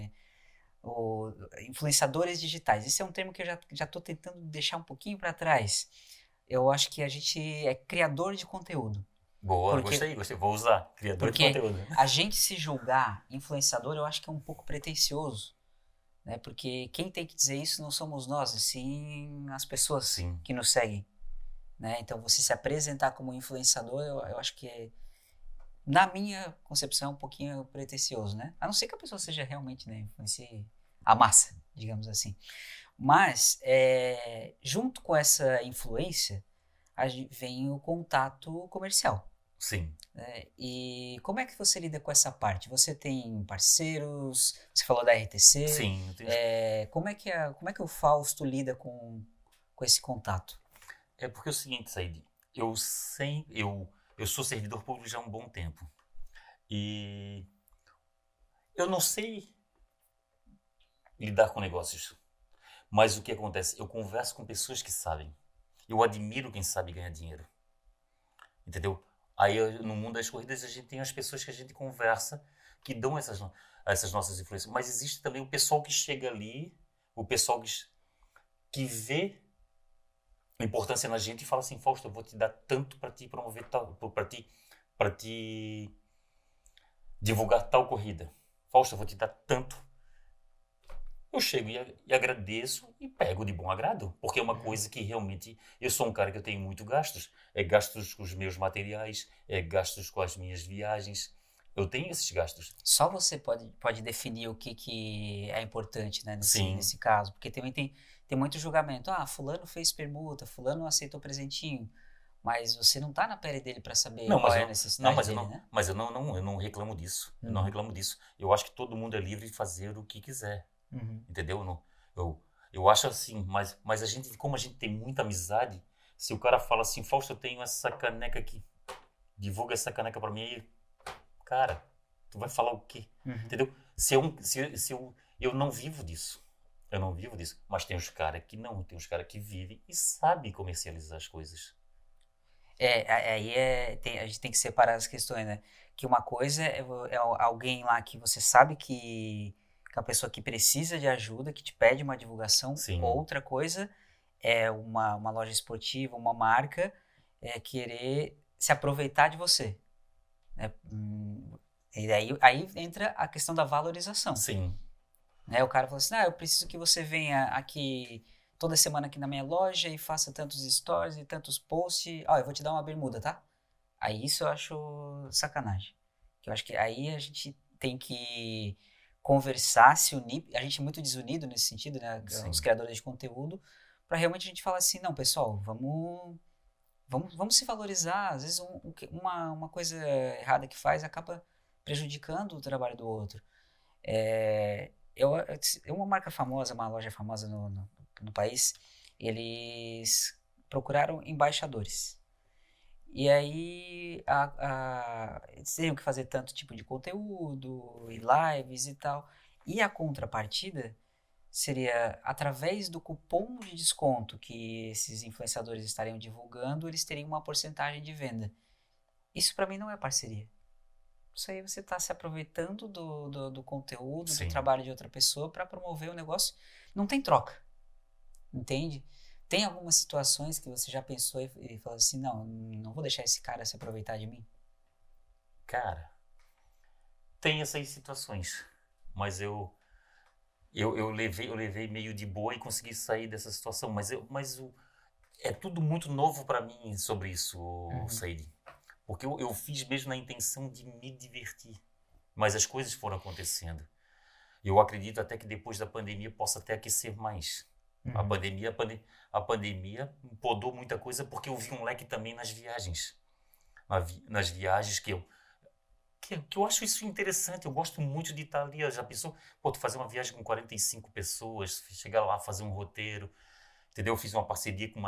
Influenciadores digitais. Esse é um termo que eu já estou tentando deixar um pouquinho para trás. Eu acho que a gente é criador de conteúdo. boa, Porque, gostei. Vou usar, criador de porque conteúdo. a gente se julgar influenciador, eu acho que é um pouco pretensioso, né? Porque quem tem que dizer isso não somos nós, e sim as pessoas Sim, que nos seguem, né? Então você se apresentar como influenciador, eu acho que na minha concepção, um pouquinho pretensioso, né? A não ser que a pessoa seja realmente, né, influencie a massa, digamos assim. Mas, junto com essa influência, vem o contato comercial. sim, Né? E como é que você lida com essa parte? Você tem parceiros? Você falou da RTC. sim. Como é que o Fausto lida com esse contato? É porque é o seguinte, Said, eu sou servidor público já há um bom tempo. E eu não sei lidar com negócios. Mas o que acontece? Eu converso com pessoas que sabem. Eu admiro quem sabe ganhar dinheiro. Entendeu? Aí no mundo das corridas a gente tem as pessoas que a gente conversa que dão essas nossas influências. Mas existe também o pessoal que chega ali, o pessoal que vê a importância na gente e fala assim, Fausto, eu vou te dar tanto para te promover tal, para te divulgar tal corrida. Fausto, eu vou te dar tanto. Eu chego e agradeço e pego de bom agrado, porque é uma coisa que realmente eu sou um cara que eu tenho muito gastos. É gastos com os meus materiais, é gastos com as minhas viagens. Eu tenho esses gastos. Só você pode definir o que é importante, né, Sim. nesse caso. Porque também tem muito julgamento. Ah, fulano fez permuta, fulano aceitou presentinho. Mas você não tá na pele dele para saber Não, qual mas é eu a não, necessidade mas eu dele, não, né? mas eu não reclamo disso. Eu não Uhum, reclamo disso. Eu acho que todo mundo é livre de fazer o que quiser. uhum. Entendeu? Eu acho assim, mas a gente, como a gente tem muita amizade, se o cara fala assim, Fausto, eu tenho essa caneca aqui, divulga essa caneca pra mim, aí, cara, tu vai falar o quê? Uhum. Entendeu? Eu não vivo disso. Eu não vivo disso. Mas tem os caras que não, tem os caras que vivem e sabem comercializar as coisas. A gente tem que separar as questões, né? Que uma coisa é alguém lá que você sabe que é a pessoa que precisa de ajuda, que te pede uma divulgação. Sim, Outra coisa é uma loja esportiva, uma marca, querer se aproveitar de você, né? E aí entra a questão da valorização, sim, né? O cara fala assim, eu preciso que você venha aqui toda semana aqui na minha loja e faça tantos stories e tantos posts. Eu vou te dar uma bermuda, tá? Aí isso eu acho sacanagem. Que eu acho que aí a gente tem que conversar, se unir. A gente é muito desunido nesse sentido, né? Os sim. criadores de conteúdo, para realmente a gente falar assim, não, pessoal, vamos se valorizar. Às vezes uma coisa errada que faz acaba prejudicando o trabalho do outro. Uma marca famosa, uma loja famosa no país, eles procuraram embaixadores. E aí eles teriam que fazer tanto tipo de conteúdo e lives e tal. E a contrapartida seria, através do cupom de desconto que esses influenciadores estariam divulgando, eles teriam uma porcentagem de venda. Isso para mim não é parceria. Isso aí você está se aproveitando do conteúdo, do Sim. trabalho de outra pessoa para promover o negócio. Não tem troca, entende? Tem algumas situações que você já pensou e falou assim, não vou deixar esse cara se aproveitar de mim? Cara, tem essas situações, mas eu levei meio de boa e consegui sair dessa situação, é tudo muito novo para mim sobre isso, Said. Porque eu fiz mesmo na intenção de me divertir, mas as coisas foram acontecendo. Eu acredito até que depois da pandemia possa até aquecer mais. A pandemia podou muita coisa porque eu vi um leque também nas viagens. Nas viagens que eu acho isso interessante. Eu gosto muito de estar ali. Já pensou? Pô, tu fazer uma viagem com 45 pessoas, chegar lá, fazer um roteiro. Entendeu? Eu fiz uma parceria com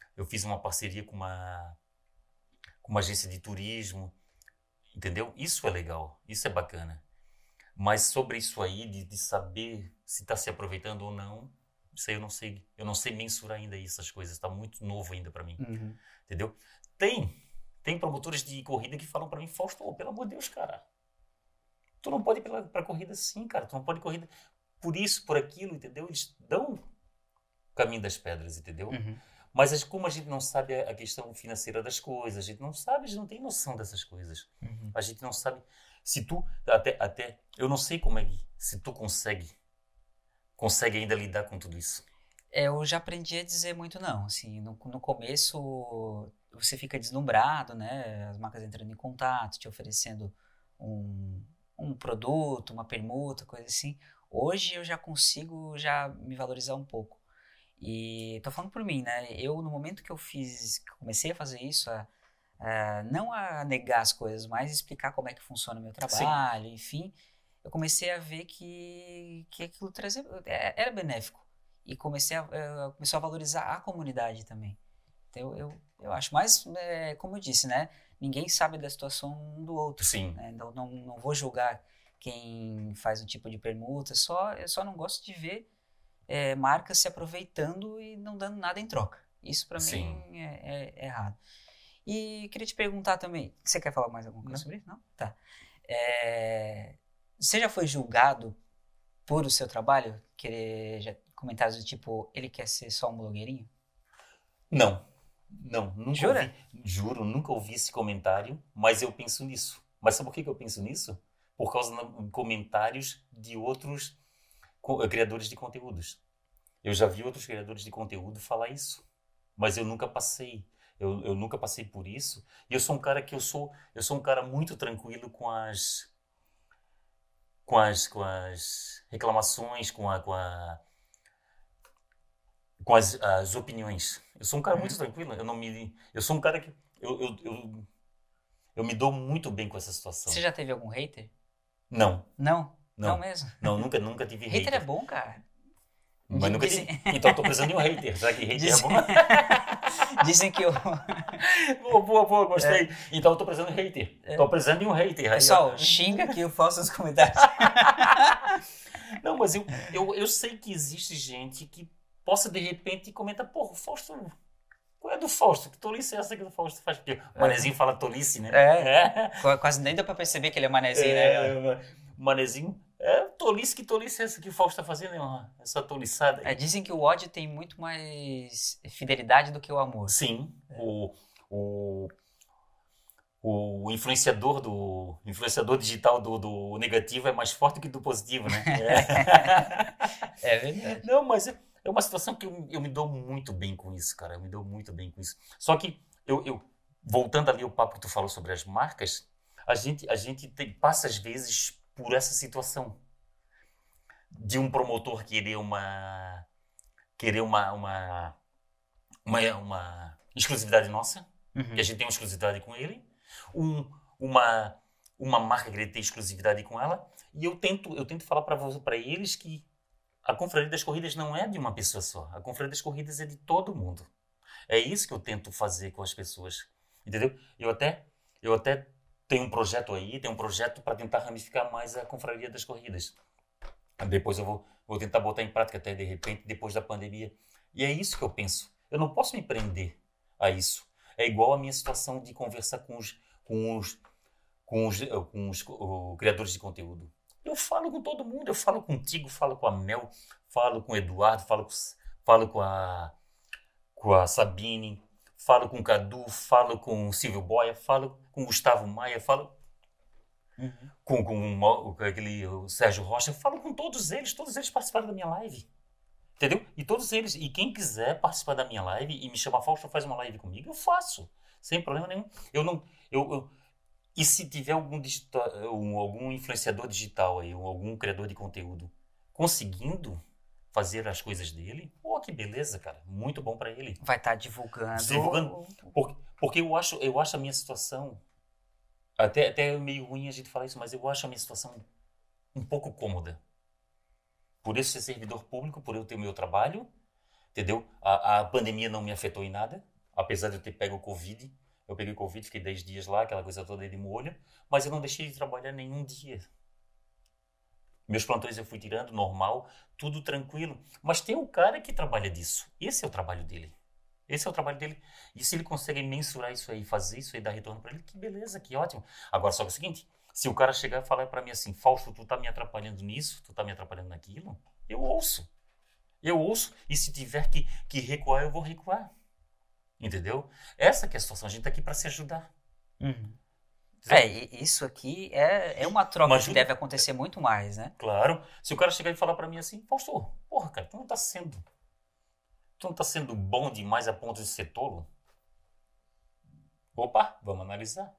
uma agência de turismo. Entendeu? Isso é legal. Isso é bacana. Mas sobre isso aí, de saber se está se aproveitando ou não, isso aí eu não sei. Eu não sei mensurar ainda essas coisas. Está muito novo ainda para mim. Entendeu? Tem promotores de corrida que falam para mim, Fausto, pelo amor de Deus, cara. Tu não pode ir pra corrida assim, cara. Tu não pode ir corrida por isso, por aquilo, entendeu? Eles dão o caminho das pedras, entendeu? Mas como a gente não sabe a questão financeira das coisas, a gente não sabe, a gente não tem noção dessas coisas. A gente não sabe. Se tu, até eu não sei como é que, se tu consegue ainda lidar com tudo isso. Eu já aprendi a dizer muito não, assim, no começo você fica deslumbrado, né, as marcas entrando em contato, te oferecendo um produto, uma permuta, coisa assim. Hoje eu já consigo me valorizar um pouco. E tô falando por mim, né, eu no momento que eu comecei a fazer isso, não a negar as coisas, mas explicar como é que funciona o meu trabalho, enfim, eu comecei a ver que aquilo era benéfico. E começou a valorizar a comunidade também. Então eu acho, mas como eu disse, né, ninguém sabe da situação um do outro. Sim. Né? Então não vou julgar quem faz um tipo de permuta, eu só não gosto de ver marcas se aproveitando e não dando nada em troca. Isso para mim é errado. E queria te perguntar também, você quer falar mais alguma coisa sobre isso? Não? Tá. Você já foi julgado por o seu trabalho? Comentários do tipo, ele quer ser só um blogueirinho? Não, nunca Jura? Juro, nunca ouvi esse comentário, mas eu penso nisso. Mas sabe por que eu penso nisso? Por causa de comentários de outros criadores de conteúdos. Eu já vi outros criadores de conteúdo falar isso, mas eu nunca passei. Eu nunca passei por isso. E eu sou um cara um cara muito tranquilo com as reclamações, com as opiniões. Eu sou um cara muito tranquilo. Eu sou um cara que eu me dou muito bem com essa situação. Você já teve algum hater? Não. Não mesmo? Não, nunca tive hater. Hater é bom, cara. Mas nunca tive. Então eu tô precisando de um hater. Será que hater é bom? Dizem que eu... Boa, gostei. Então eu tô precisando de hater. Tô precisando de um hater. Pessoal, xinga que eu faço nos comentários. Não, mas eu sei que existe gente que possa de repente comentar, porra, o Fausto... Qual é do Fausto? Que tolice é essa que o Fausto faz? Porque o Manezinho fala tolice, né? Quase nem dá pra perceber que ele é manezinho, né? Manezinho... que tolice é essa que o Fausto tá fazendo? Essa toliçada aí. Dizem que o ódio tem muito mais fidelidade do que o amor. Sim. O influenciador digital do negativo é mais forte que do positivo, né? É verdade. Não, mas é uma situação que eu me dou muito bem com isso, cara. Eu me dou muito bem com isso. Só que, voltando ali ao papo que tu falou sobre as marcas, a gente passa às vezes por essa situação de um promotor querer uma exclusividade nossa, que a gente tem uma exclusividade com ele, uma marca querer ter exclusividade com ela, e eu tento falar para eles que a Confraria das Corridas não é de uma pessoa só, a Confraria das Corridas é de todo mundo. É isso que eu tento fazer com as pessoas, entendeu? eu até tenho um projeto aí, tenho um projeto para tentar ramificar mais a Confraria das Corridas. Depois eu vou tentar botar em prática até de repente, depois da pandemia. E é isso que eu penso. Eu não posso me prender a isso. É igual a minha situação de conversar com os criadores de conteúdo. Eu falo com todo mundo, eu falo contigo, falo com a Mel, falo com o Eduardo, falo com a Sabine, falo com o Cadu, falo com o Silvio Boia, falo com o Gustavo Maia, falo com o Sérgio Rocha, eu falo com todos eles participaram da minha live. Entendeu? E todos eles, e quem quiser participar da minha live e me chamar, Fausto, faz uma live comigo, eu faço, sem problema nenhum. E se tiver algum influenciador digital aí, ou algum criador de conteúdo conseguindo fazer as coisas dele, pô, que beleza, cara, muito bom para ele. Vai estar divulgando. Porque eu acho a minha situação, até é meio ruim a gente falar isso, mas eu acho a minha situação um pouco cômoda. Por eu ser servidor público, por eu ter o meu trabalho, entendeu? A pandemia não me afetou em nada, apesar de eu ter pego o Covid. Eu peguei Covid, fiquei 10 dias lá, aquela coisa toda de molho, mas eu não deixei de trabalhar nenhum dia. Meus plantões eu fui tirando, normal, tudo tranquilo. Mas tem um cara que trabalha disso. Esse é o trabalho dele. Esse é o trabalho dele. E se ele consegue mensurar isso aí, fazer isso aí, dar retorno para ele, que beleza, que ótimo. Agora, só que é o seguinte, se o cara chegar e falar para mim assim, Fausto, tu tá me atrapalhando nisso, tu tá me atrapalhando naquilo, eu ouço. Eu ouço, e se tiver que recuar, eu vou recuar. Entendeu? Essa que é a situação. A gente tá aqui para se ajudar. Isso aqui é uma troca que deve acontecer muito mais, né? Claro. Se o cara chegar e falar para mim assim, Fausto, porra, cara, tu não tá sendo bom demais a ponto de ser tolo? Opa, vamos analisar.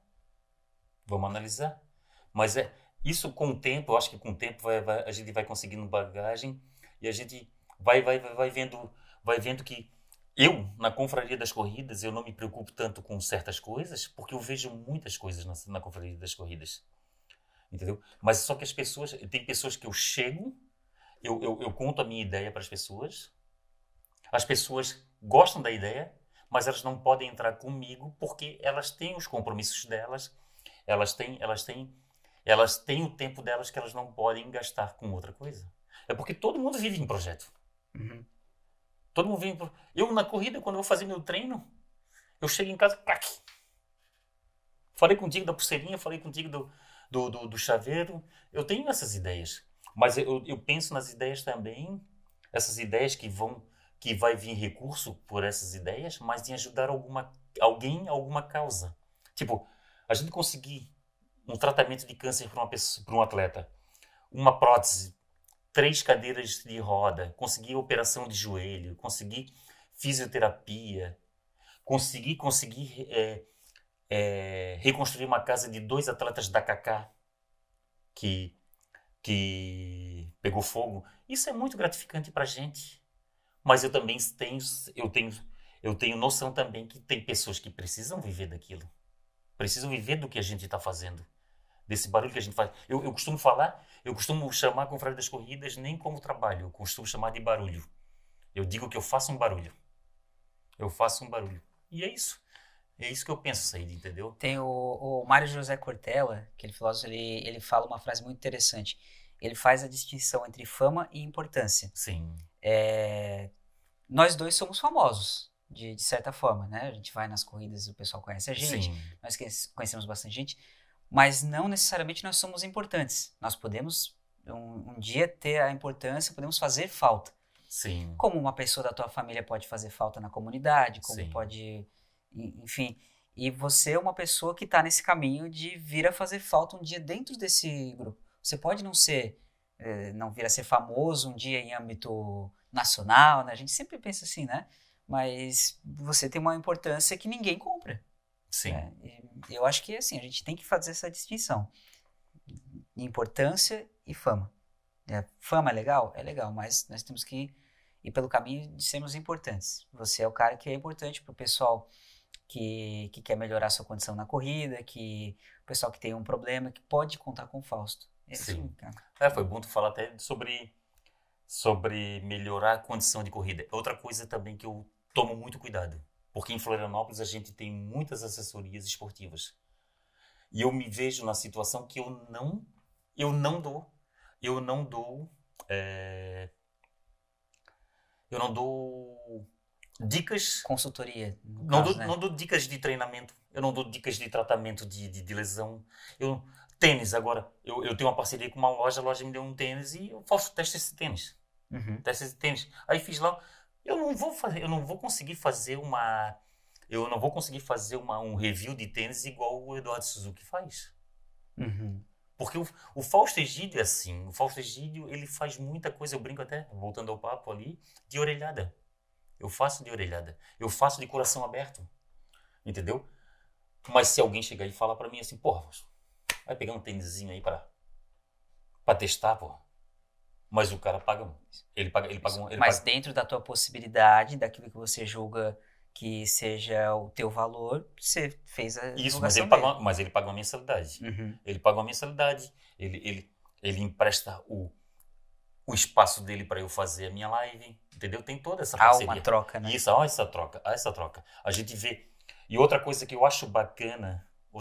Mas isso com o tempo, eu acho que com o tempo a gente vai conseguindo bagagem e a gente vai vendo que eu, na Confraria das Corridas, eu não me preocupo tanto com certas coisas, porque eu vejo muitas coisas na Confraria das Corridas. Entendeu? Mas só que tem pessoas que eu chego, eu conto a minha ideia para as pessoas gostam da ideia, mas elas não podem entrar comigo porque elas têm os compromissos delas, elas têm o tempo delas que elas não podem gastar com outra coisa. É porque todo mundo vive em projeto. Todo mundo vive Eu, na corrida, quando eu vou fazer meu treino, eu chego em casa, crack. Falei contigo da pulseirinha, falei contigo do chaveiro. Eu tenho essas ideias. Mas eu penso nas ideias também, essas ideias que vai vir recurso por essas ideias, mas de ajudar alguém, alguma causa. Tipo, a gente conseguir um tratamento de câncer para um atleta, uma prótese, 3 cadeiras de roda, conseguir operação de joelho, conseguir fisioterapia, conseguir reconstruir uma casa de 2 atletas da Kaká que pegou fogo. Isso é muito gratificante para a gente. Mas eu também tenho noção também que tem pessoas que precisam viver daquilo. Precisam viver do que a gente está fazendo. Desse barulho que a gente faz. Eu costumo chamar a Confraria das Corridas nem como trabalho, eu costumo chamar de barulho. Eu digo que eu faço um barulho. E é isso. É isso que eu penso, Saíde, entendeu? Tem o Mário José Cortella, aquele filósofo, ele fala uma frase muito interessante. Ele faz a distinção entre fama e importância. Sim. Nós dois somos famosos, de certa forma, né? A gente vai nas corridas e o pessoal conhece a gente. Sim. Nós conhecemos bastante gente. Mas não necessariamente nós somos importantes. Nós podemos um dia ter a importância, podemos fazer falta. Sim. Como uma pessoa da tua família pode fazer falta na comunidade, como Sim. pode, enfim. E você é uma pessoa que está nesse caminho de vir a fazer falta um dia dentro desse grupo. Você pode não vir a ser famoso um dia em âmbito nacional, né? A gente sempre pensa assim, né? Mas você tem uma importância que ninguém compra. Sim. Né? Eu acho que assim, a gente tem que fazer essa distinção. Importância e fama. Fama é legal? É legal, mas nós temos que ir pelo caminho de sermos importantes. Você é o cara que é importante para o pessoal que quer melhorar sua condição na corrida, o pessoal que tem um problema, que pode contar com o Fausto. Sim. Foi bom tu falar até sobre melhorar a condição de corrida. Outra coisa também que eu tomo muito cuidado. Porque em Florianópolis a gente tem muitas assessorias esportivas. E eu me vejo na situação que eu não dou, eh, eu não dou dicas, Consultoria, no caso, né? não dou dicas de treinamento, eu não dou dicas de tratamento de lesão. Eu, tênis, agora, eu tenho uma parceria com uma loja, a loja me deu um tênis e eu faço teste esse tênis. Uhum. Teste esse tênis. Aí fiz lá, eu não vou conseguir fazer um review de tênis igual o Eduardo Suzuki faz. Uhum. Porque o Fausto Egídio é assim. O Fausto Egídio, ele faz muita coisa, eu brinco até, voltando ao papo ali, de orelhada. Eu faço de orelhada. Eu faço de coração aberto. Entendeu? Mas se alguém chegar e falar pra mim assim, porra, Fausto, vai pegar um tênisinho aí pra testar, porra. Mas o cara paga. Ele paga. Mas dentro da tua possibilidade, daquilo que você julga que seja o teu valor, você fez a Isso, divulgação dele. mas ele paga uma mensalidade. Uhum. Ele paga uma mensalidade. Ele empresta o espaço dele para eu fazer a minha live, entendeu? Tem toda essa Há parceria. uma troca, né? Isso, há essa troca. A gente vê. E outra coisa que eu acho bacana,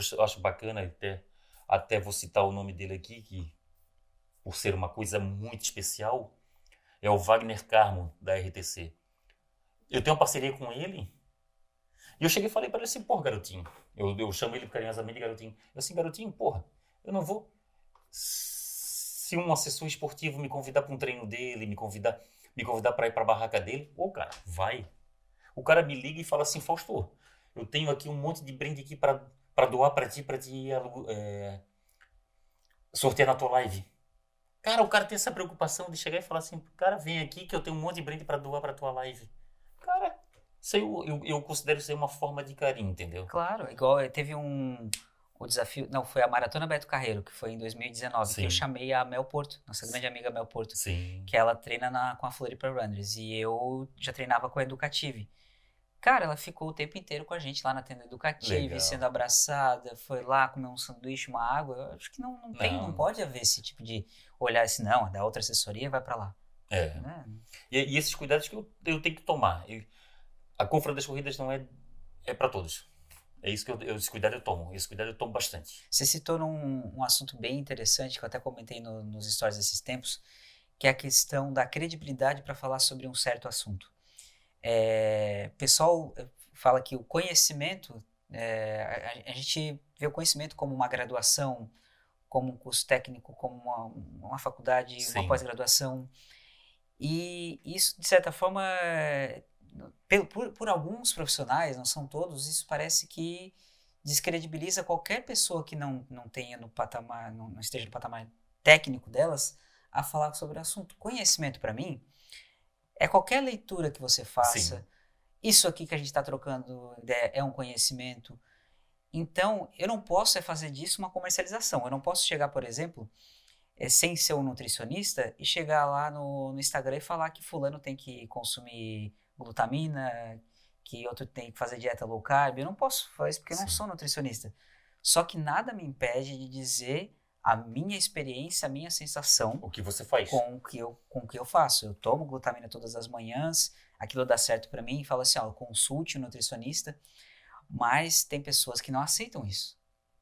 até vou citar o nome dele aqui, que por ser uma coisa muito especial, é o Wagner Carmo, da RTC. Eu tenho uma parceria com ele, e eu cheguei e falei para ele assim, porra, garotinho, eu chamo ele carinhosamente de garotinho. Eu assim, garotinho, porra, eu não vou... Se um assessor esportivo me convidar para um treino dele, me convidar para ir para a barraca dele, pô, cara, vai. O cara me liga e fala assim, Fausto, eu tenho aqui um monte de brinde aqui para doar para ti sortear na tua live. Cara, o cara tem essa preocupação de chegar e falar assim, cara, vem aqui que eu tenho um monte de brinde para doar para tua live. Cara, isso aí eu considero isso aí uma forma de carinho, entendeu? Claro, igual teve o desafio, não, foi a Maratona Beto Carreiro, que foi em 2019, que eu Sim. chamei a Mel Porto, nossa grande amiga Mel Porto, Sim. que ela treina com a Floripa Runners, e eu já treinava com a Educative. Cara, ela ficou o tempo inteiro com a gente lá na tenda Educative, Legal. sendo abraçada, foi lá comer um sanduíche, uma água. Eu acho que não pode haver esse tipo de olhar assim, não, da outra assessoria vai pra lá. É. Né? E esses cuidados que eu tenho que tomar. A Confraria das Corridas não é para todos. É isso que esse cuidado eu tomo. Esse cuidado eu tomo bastante. Você citou um assunto bem interessante, que eu até comentei nos stories desses tempos, que é a questão da credibilidade para falar sobre um certo assunto. Pessoal fala que o conhecimento, a gente vê o conhecimento como uma graduação, como um curso técnico, como uma faculdade, Sim. uma pós-graduação. E isso, de certa forma, por alguns profissionais, não são todos, isso parece que descredibiliza qualquer pessoa que não tenha no patamar, não esteja no patamar técnico delas, a falar sobre o assunto. Conhecimento, para mim, é qualquer leitura que você faça. Sim. Isso aqui que a gente está trocando ideia é um conhecimento. Então, eu não posso fazer disso uma comercialização. Eu não posso chegar, por exemplo, sem ser um nutricionista, e chegar lá no Instagram e falar que fulano tem que consumir glutamina, que outro tem que fazer dieta low carb. Eu não posso fazer isso porque eu não sou nutricionista. Só que nada me impede de dizer a minha experiência, a minha sensação. O que você faz? Com o que eu faço. Eu tomo glutamina todas as manhãs, aquilo dá certo para mim, e falo assim, consulte um nutricionista, mas tem pessoas que não aceitam isso.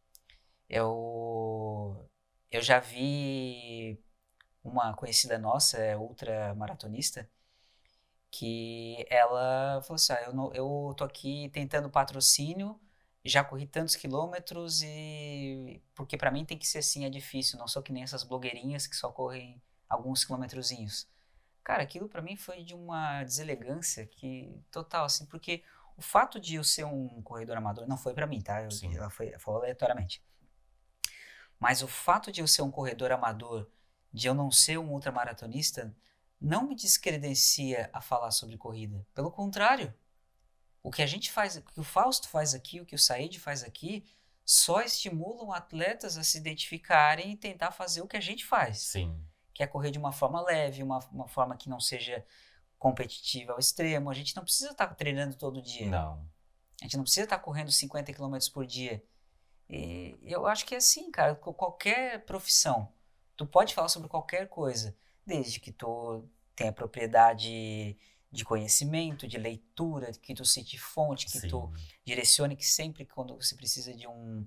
Eu já vi uma conhecida nossa, ultramaratonista, que ela falou assim, eu tô aqui tentando patrocínio, já corri tantos quilômetros e porque para mim tem que ser assim, é difícil, não sou que nem essas blogueirinhas que só correm alguns quilometrozinhos. Cara, aquilo para mim foi de uma deselegância que total assim, porque o fato de eu ser um corredor amador não foi para mim, tá? Ela falou aleatoriamente. Mas o fato de eu ser um corredor amador, de eu não ser um ultramaratonista, não me descredencia a falar sobre corrida. Pelo contrário, o que a gente faz, o que o Fausto faz aqui, o que o Said faz aqui, só estimulam atletas a se identificarem e tentar fazer o que a gente faz. Sim. Que é correr de uma forma leve, uma forma que não seja competitiva ao extremo. A gente não precisa estar treinando todo dia. Não. A gente não precisa estar correndo 50 km por dia. E eu acho que é assim, cara, qualquer profissão, tu pode falar sobre qualquer coisa, desde que tu tenha propriedade de conhecimento, de leitura, que tu cite fonte, que tu direcione, que sempre quando você precisa de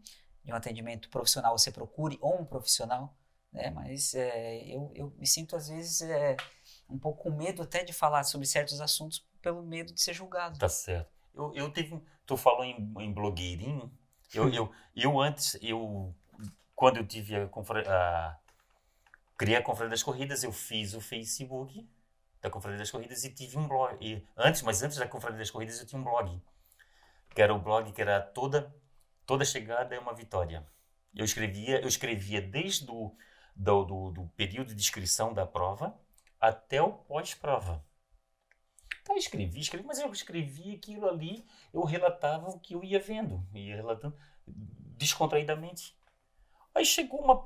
de um atendimento profissional, você procure ou um profissional, né? Mas eu me sinto, às vezes, um pouco com medo até de falar sobre certos assuntos pelo medo de ser julgado. Tá certo. Tu falou em blogueirinho. Eu antes, quando eu tive criei a Confraria das Corridas, eu fiz o Facebook da Confraria das Corridas e tive um blog. Mas antes da Confraria das Corridas eu tinha um blog, que era o blog que era toda chegada é uma vitória. Eu escrevia desde do período de inscrição da prova até o pós-prova. Então eu escrevi, mas eu escrevi aquilo ali, eu relatava o que eu ia vendo, ia relatando descontraidamente. Aí chegou uma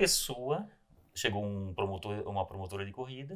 promotora de corrida,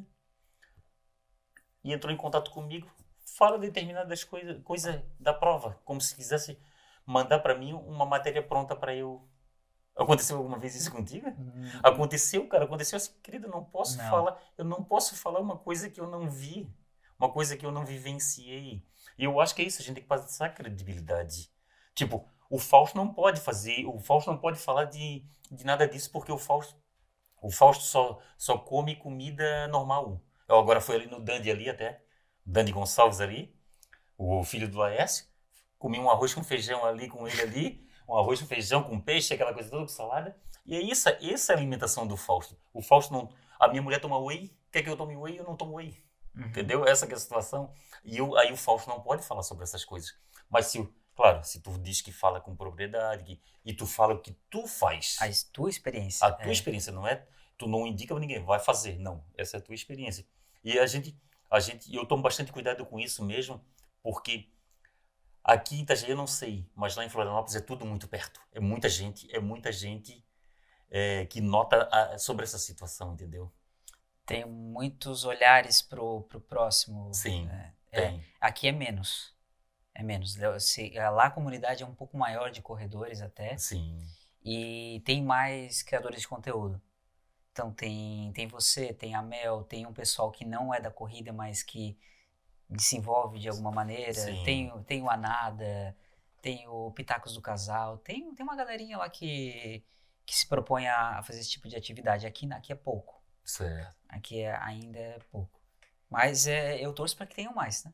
e entrou em contato comigo, fala determinadas coisas da prova, como se quisesse mandar para mim uma matéria pronta para eu. Aconteceu alguma vez isso contigo? Aconteceu, cara, aconteceu assim, querida, eu não posso falar uma coisa que eu não vi, uma coisa que eu não vivenciei. E eu acho que é isso, a gente tem que passar credibilidade. Tipo, o Fausto não pode falar de nada disso, porque o Fausto só come comida normal. Eu agora fui ali no Dandy ali até, Dandy Gonçalves ali, o filho do Laércio, comi um arroz com feijão ali com ele ali, um arroz com feijão com peixe, aquela coisa toda com salada. E é essa é a alimentação do Fausto. O Fausto não... A minha mulher toma whey, quer que eu tome whey, eu não tomo whey. Entendeu? Essa que é a situação. E aí o Fausto não pode falar sobre essas coisas. Mas claro, se tu diz que fala com propriedade, e tu fala o que tu faz. A tua experiência. A tua experiência, não é... Tu não indica para ninguém, vai fazer. Não, essa é a tua experiência. E eu tomo bastante cuidado com isso mesmo, porque aqui em Itajaí eu não sei, mas lá em Florianópolis é tudo muito perto. É muita gente que nota sobre essa situação, entendeu? Tem muitos olhares pro próximo. Sim, tem. Aqui é menos. Lá a comunidade é um pouco maior de corredores até. Sim. E tem mais criadores de conteúdo. Então tem você, tem a Mel, tem um pessoal que não é da corrida, mas que se envolve de alguma maneira. Tem o Anada, tem o Pitacos do Casal, tem uma galerinha lá que se propõe a fazer esse tipo de atividade. Aqui é pouco. Certo. Aqui ainda é pouco. Mas eu torço para que tenham mais, né?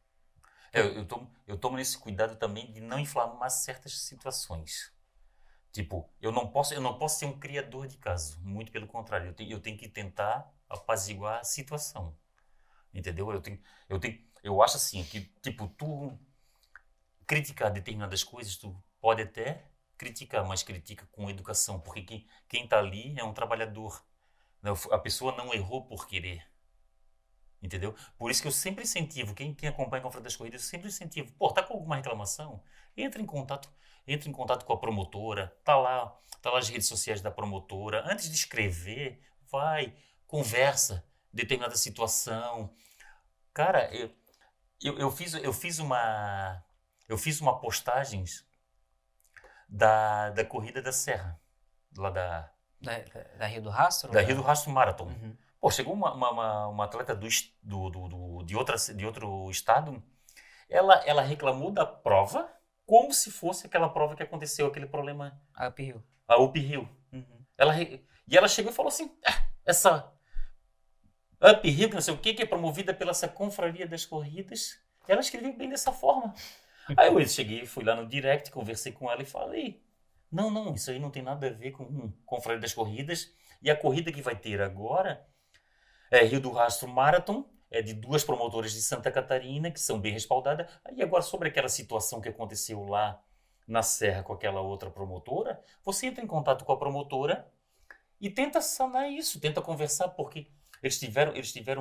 Eu tomo nesse cuidado também de não inflamar certas situações. Tipo, eu não posso ser um criador de caso. Muito pelo contrário, eu tenho que tentar apaziguar a situação. Entendeu? Eu acho assim, que tipo, tu criticar determinadas coisas, tu pode até criticar, mas critica com educação, porque quem tá ali é um trabalhador. A pessoa não errou por querer. Entendeu? Por isso que eu sempre incentivo, quem acompanha a Confraria das Corridas, eu sempre incentivo, tá com alguma reclamação? Entre em contato com a promotora, tá lá as redes sociais da promotora. Antes de escrever, conversa determinada situação. Cara, eu fiz uma postagens da Corrida da Serra, lá da Rio do Rastro? Da Rio do Rastro Marathon. Uhum. Pô, chegou uma atleta de outro estado, ela reclamou da prova como se fosse aquela prova que aconteceu, aquele problema. A Up Hill. A Up Hill. Uhum. Ela chegou e falou assim, essa Up Hill, que não sei o que é promovida pela essa Confraria das Corridas, ela escreveu bem dessa forma. Aí eu cheguei, fui lá no direct, conversei com ela e falei, não, isso aí não tem nada a ver com Confraria das Corridas, e a corrida que vai ter agora é Rio do Rastro Marathon, é de 2 promotoras de Santa Catarina, que são bem respaldadas. E agora, sobre aquela situação que aconteceu lá na Serra com aquela outra promotora, você entra em contato com a promotora e tenta sanar isso, tenta conversar, porque eles tiveram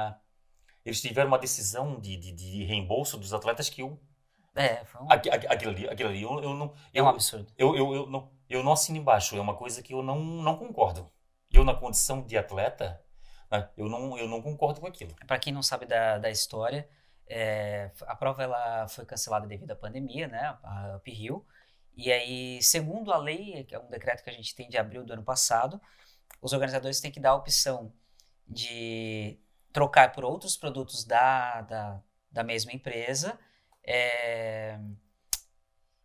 uma decisão de reembolso dos atletas que eu... Aquilo ali, eu não... É um absurdo. Eu não assino embaixo, é uma coisa que eu não concordo. Eu, na condição de atleta... Eu não concordo com aquilo. Para quem não sabe da história, a prova ela foi cancelada devido à pandemia, né? A Up Hill. E aí, segundo a lei, que é um decreto que a gente tem de abril do ano passado, os organizadores têm que dar a opção de trocar por outros produtos da mesma empresa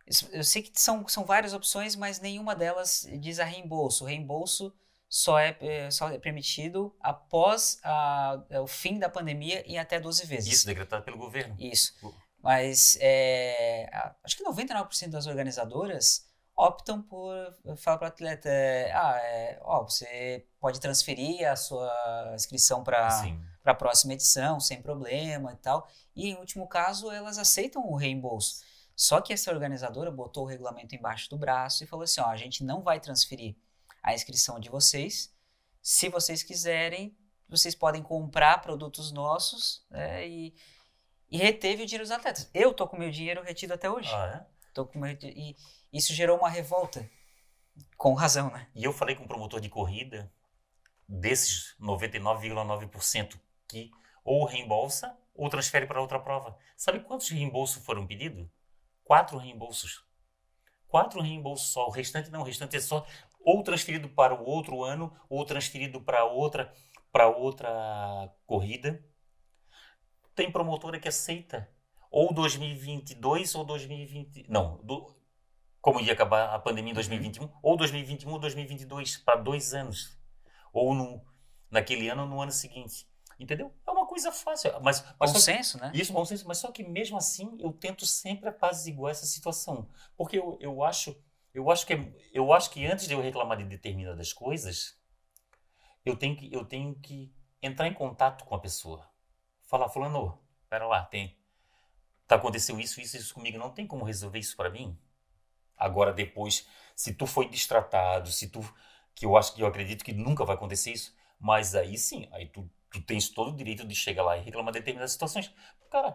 Eu sei que são várias opções, mas nenhuma delas diz a reembolso. O reembolso só é permitido após o fim da pandemia em até 12 vezes. Isso, decretado pelo governo. Isso. Mas acho que 99% das organizadoras optam por falar para o atleta, você pode transferir a sua inscrição para Sim. a próxima edição sem problema e tal. E em último caso, elas aceitam o reembolso. Só que essa organizadora botou o regulamento embaixo do braço e falou assim, a gente não vai transferir a inscrição de vocês. Se vocês quiserem, vocês podem comprar produtos nossos, e reteve o dinheiro dos atletas. Eu tô com meu dinheiro retido até hoje. Ah, é? E isso gerou uma revolta. Com razão, né? E eu falei com um promotor de corrida, desses 99,9% que ou reembolsa ou transfere para outra prova. Sabe quantos reembolsos foram pedidos? 4 reembolsos. 4 reembolsos só. O restante não. O restante é só ou transferido para o outro ano ou transferido para outra corrida. Tem promotora que aceita ou 2022 ou 2020... Não, como ia acabar a pandemia em 2021, ou 2021 ou 2022, para 2 anos. Ou naquele ano ou no ano seguinte. Entendeu? É uma coisa fácil. Bom senso, né? Isso, bom senso. Mas só que mesmo assim, eu tento sempre apaziguar essa situação. Porque eu acho que antes de eu reclamar de determinadas coisas, eu tenho que entrar em contato com a pessoa. Falar, fulano, pera lá, aconteceu isso comigo, não tem como resolver isso para mim? Agora depois, se tu foi destratado, que eu acredito que nunca vai acontecer isso, mas aí sim, aí tu tens todo o direito de chegar lá e reclamar de determinadas situações. Cara,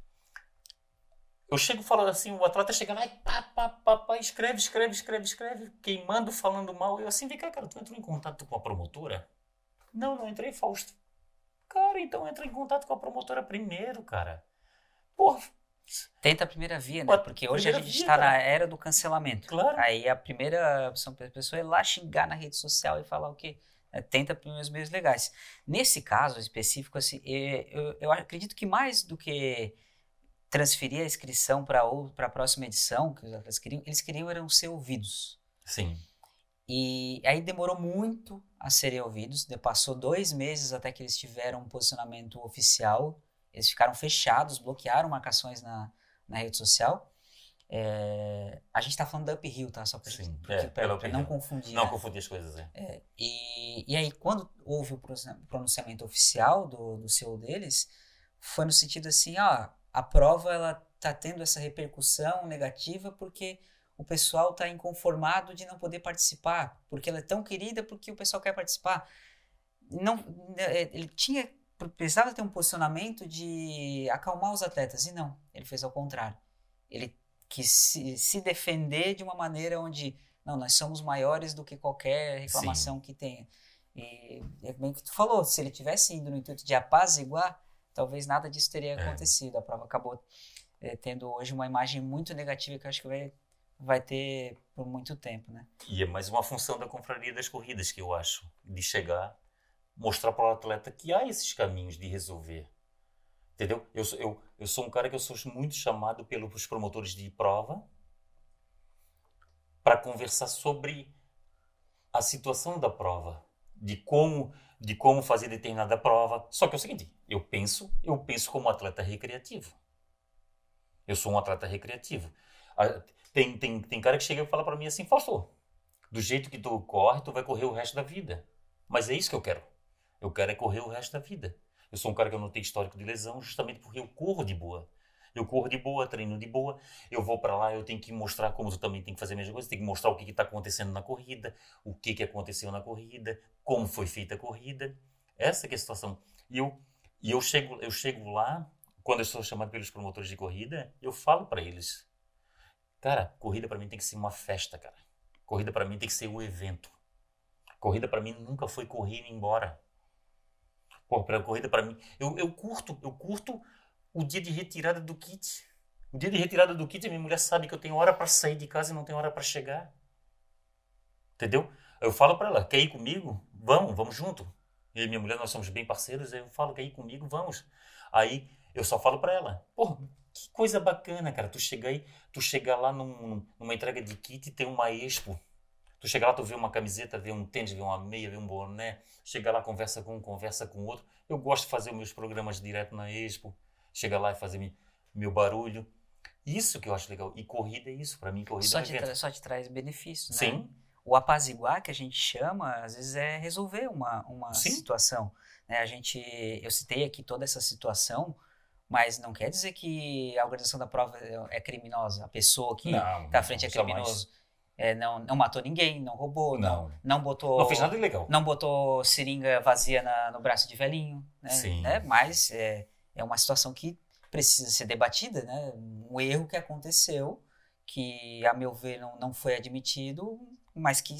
eu chego falando assim, o atleta chega lá e pá, escreve, queimando, falando mal. Eu assim, vem cá, cara, tu entrou em contato com a promotora? Não entrei, Fausto. Cara, então entra em contato com a promotora primeiro, cara. Porra. Tenta a primeira via, né? Porque hoje a gente está na era do cancelamento. Claro. Aí a primeira opção para a pessoa é lá xingar na rede social e falar o quê? Tenta primeiros meios legais. Nesse caso específico, assim, eu acredito que mais do que transferir a inscrição para a próxima edição, que os atletas queriam, eles queriam eram ser ouvidos. Sim. E aí demorou muito a serem ouvidos, passou 2 meses até que eles tiveram um posicionamento oficial, eles ficaram fechados, bloquearam marcações na rede social. A gente está falando da Uphill, tá? Só para não confundir. Não confundir as coisas, E aí, quando houve o pronunciamento oficial do CEO deles, foi no sentido assim, a prova ela está tendo essa repercussão negativa porque o pessoal está inconformado de não poder participar, porque ela é tão querida porque o pessoal quer participar. Não, ele precisava ter um posicionamento de acalmar os atletas, e não, ele fez ao contrário. Ele quis se defender de uma maneira onde, não, nós somos maiores do que qualquer reclamação que tenha. E é bem o que tu falou, se ele tivesse ido no intuito de apaziguar, talvez nada disso teria acontecido. A prova acabou tendo hoje uma imagem muito negativa que eu acho que vai ter por muito tempo, né? E é mais uma função da confraria das corridas, que eu acho, de chegar, mostrar para o atleta que há esses caminhos de resolver. Entendeu? Eu sou um cara que eu sou muito chamado pelos promotores de prova para conversar sobre a situação da prova, de como fazer determinada prova. Só que é o seguinte, eu penso como atleta recreativo. Eu sou um atleta recreativo. Tem cara que chega e fala para mim assim, Fausto, do jeito que tu corre, tu vai correr o resto da vida. Mas é isso que eu quero. Eu quero é correr o resto da vida. Eu sou um cara que eu não tenho histórico de lesão justamente porque eu corro de boa. Eu corro de boa, treino de boa. Eu vou para lá, eu tenho que mostrar como tu também tem que fazer a mesma coisa. Tem que mostrar o que está acontecendo na corrida, o que aconteceu na corrida, como foi feita a corrida. Essa que é a situação. E eu chego lá, quando eu sou chamado pelos promotores de corrida, eu falo para eles, cara, corrida para mim tem que ser uma festa, cara. Corrida para mim tem que ser um evento. Corrida para mim nunca foi correr e ir embora. Pô, corrida para mim, eu curto o dia de retirada do kit. O dia de retirada do kit, minha mulher sabe que eu tenho hora para sair de casa e não tenho hora para chegar. Entendeu? Eu falo para ela, quer ir comigo? Vamos junto. Eu e minha mulher, nós somos bem parceiros, eu falo, quer ir comigo? Vamos. Aí eu só falo para ela, pô, Que coisa bacana, cara. Tu chega lá numa entrega de kit e tem uma expo. Tu chega lá, tu vê uma camiseta, vê um tênis, vê uma meia, vê um boné. Chega lá, conversa com um, conversa com outro. Eu gosto de fazer os meus programas direto na expo. Chega lá e fazer meu barulho. Isso que eu acho legal. E corrida é isso. Pra mim, corrida é um evento. Só te traz benefícios, né? Sim, O apaziguar, que a gente chama, às vezes é resolver uma sim. situação, né? Eu citei aqui toda essa situação, mas não quer dizer que a organização da prova é criminosa. A pessoa que está à frente é jamais. criminoso. Não matou ninguém, não roubou, Não. não botou... Não fez nada ilegal. Não botou seringa vazia no braço de velhinho, né? Sim. Mas é uma situação que precisa ser debatida, né? Um erro que aconteceu, que a meu ver não foi admitido, mas que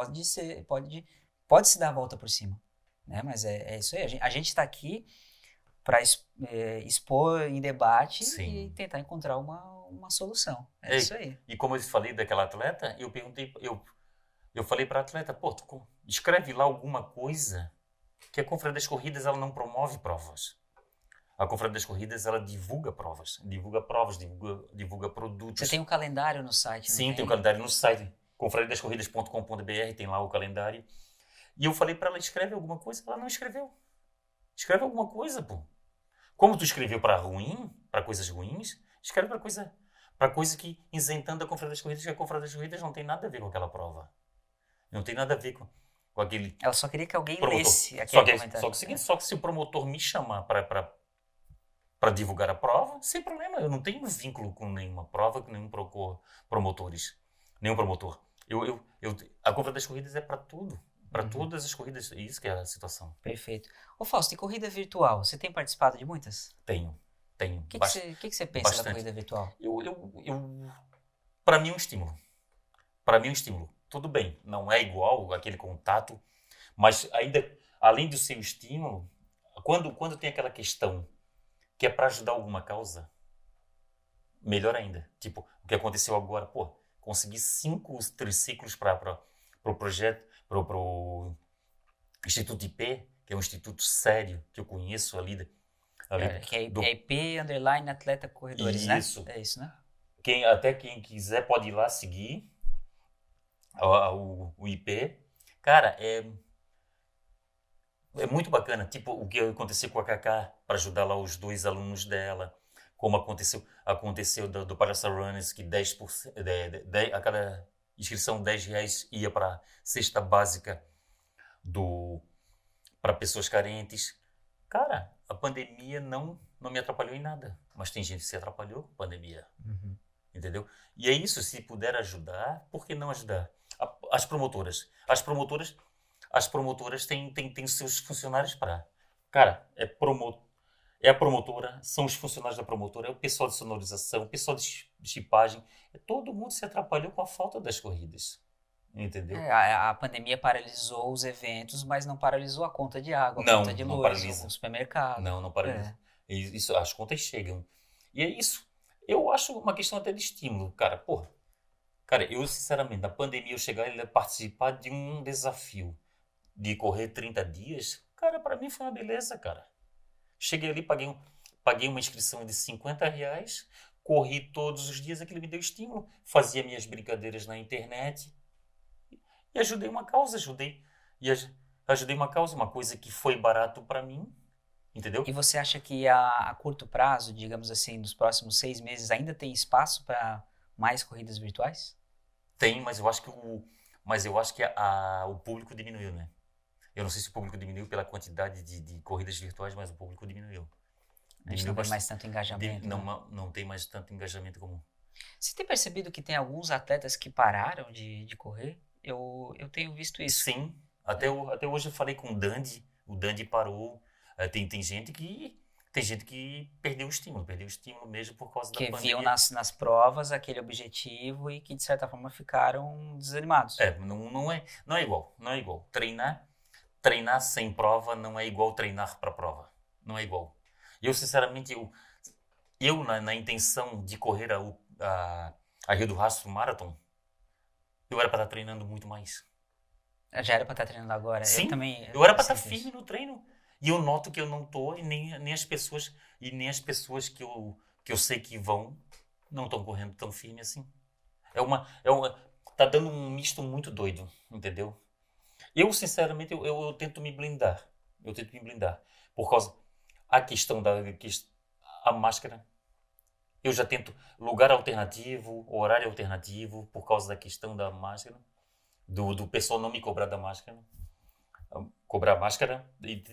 pode se dar a volta por cima, né? Mas é isso aí. A gente está aqui para expor em debate Sim. e tentar encontrar uma solução. Ei, Isso aí. E como eu falei daquela atleta, eu perguntei, eu falei para a atleta, pô, escreve lá alguma coisa que a Confraria das Corridas ela não promove provas. A Confraria das Corridas ela divulga provas, divulga produtos. Você tem um calendário no site, não Sim, tem um calendário no site, confrariadascorridas.com.br, tem lá o calendário. E eu falei para ela, escreve alguma coisa, ela não escreveu. Escreve alguma coisa, pô. Como tu escreveu para coisas ruins, escreve para coisa que isentando a Confraria das Corridas, que a Confraria das Corridas não tem nada a ver com aquela prova. Não tem nada a ver com aquele Ela só queria que alguém promotor. lesse aquele comentário. Só que se o promotor me chamar para divulgar a prova, sem problema. Eu não tenho vínculo com nenhuma prova, com nenhum promotores. Nenhum promotor. A Confraria das Corridas é para tudo. Para todas as corridas. Isso que é a situação. Perfeito. Ô Fausto, e corrida virtual? Você tem participado de muitas? Tenho. O que você pensa bastante. da corrida virtual? Para mim é um estímulo. Para mim é um estímulo. Tudo bem, não é igual aquele contato, mas ainda, além do seu estímulo, quando tem aquela questão que é para ajudar alguma causa, melhor ainda. Tipo, o que aconteceu agora, pô, consegui 5 triciclos para o projeto, para o Instituto IP, que é um instituto sério que eu conheço ali Que é IP _ Atleta Corredores, né? Isso. É isso, né? Quem quiser pode ir lá seguir o IP. Cara, é muito bacana. Tipo, o que aconteceu com a Cacá, para ajudar lá os 2 alunos dela. Como aconteceu do Palhaça Runners, que 10%, a cada inscrição R$10 ia para a cesta básica para pessoas carentes. Cara, a pandemia não me atrapalhou em nada. Mas tem gente que se atrapalhou com a pandemia. Entendeu? E é isso, se puder ajudar, por que não ajudar? As promotoras têm os seus funcionários para... Cara, é a promotora, são os funcionários da promotora, é o pessoal de sonorização, o pessoal de chipagem. Todo mundo se atrapalhou com a falta das corridas. Entendeu? A pandemia paralisou os eventos, mas não paralisou a conta de água, a conta de luz, o supermercado. Não paralisa. Isso, as contas chegam. E é isso. Eu acho uma questão até de estímulo, cara. Porra. Cara, eu sinceramente, na pandemia, eu chegar e participar de um desafio de correr 30 dias, cara, para mim foi uma beleza, cara. Cheguei ali, paguei uma inscrição de R$50, corri todos os dias, aquilo me deu estímulo. Fazia minhas brincadeiras na internet e ajudei uma causa, ajudei uma causa, uma coisa que foi barato para mim, entendeu? E você acha que a curto prazo, digamos assim, nos próximos 6 meses, ainda tem espaço para mais corridas virtuais? Tem, mas eu acho que o público diminuiu, né? Eu não sei se o público diminuiu pela quantidade de corridas virtuais, mas o público diminuiu. A gente não tem mais tanto engajamento. Não tem mais tanto engajamento como... Você tem percebido que tem alguns atletas que pararam de correr? Eu tenho visto isso. Sim. Até hoje eu falei com o Dandy parou. Tem gente que perdeu o estímulo mesmo por causa da pandemia. Que viam nas provas aquele objetivo e que, de certa forma, ficaram desanimados. Não é igual. Treinar sem prova não é igual treinar para prova. Não é igual. Eu, sinceramente, na intenção de correr a Rio do Rastro Marathon, eu era para estar treinando muito mais. Já era para estar treinando agora? Sim, eu era para estar firme no treino. E eu noto que eu não estou, e nem as pessoas que que eu sei que não estão correndo tão firme assim. Tá dando um misto muito doido, entendeu? Eu, sinceramente, eu tento me blindar. Eu tento me blindar. Por causa a questão a máscara. Eu já tento lugar alternativo, horário alternativo, por causa da questão da máscara. Do pessoal não me cobrar da máscara. Cobrar a máscara.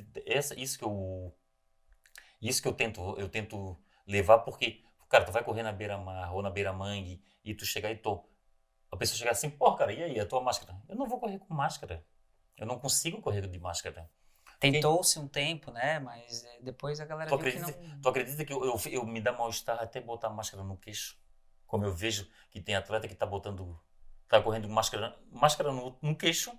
Isso que eu tento levar, porque, cara, tu vai correr na beira-mar ou na beira-mangue e tu chegar a pessoa chegar assim, pô, cara, e aí, a tua máscara? Eu não vou correr com máscara. Eu não consigo correr de máscara. Tentou-se um tempo, né? Mas depois a galera viu que não... Tu acredita que eu me dá mal-estar até botar máscara no queixo? Como eu vejo que tem atleta que tá correndo máscara no queixo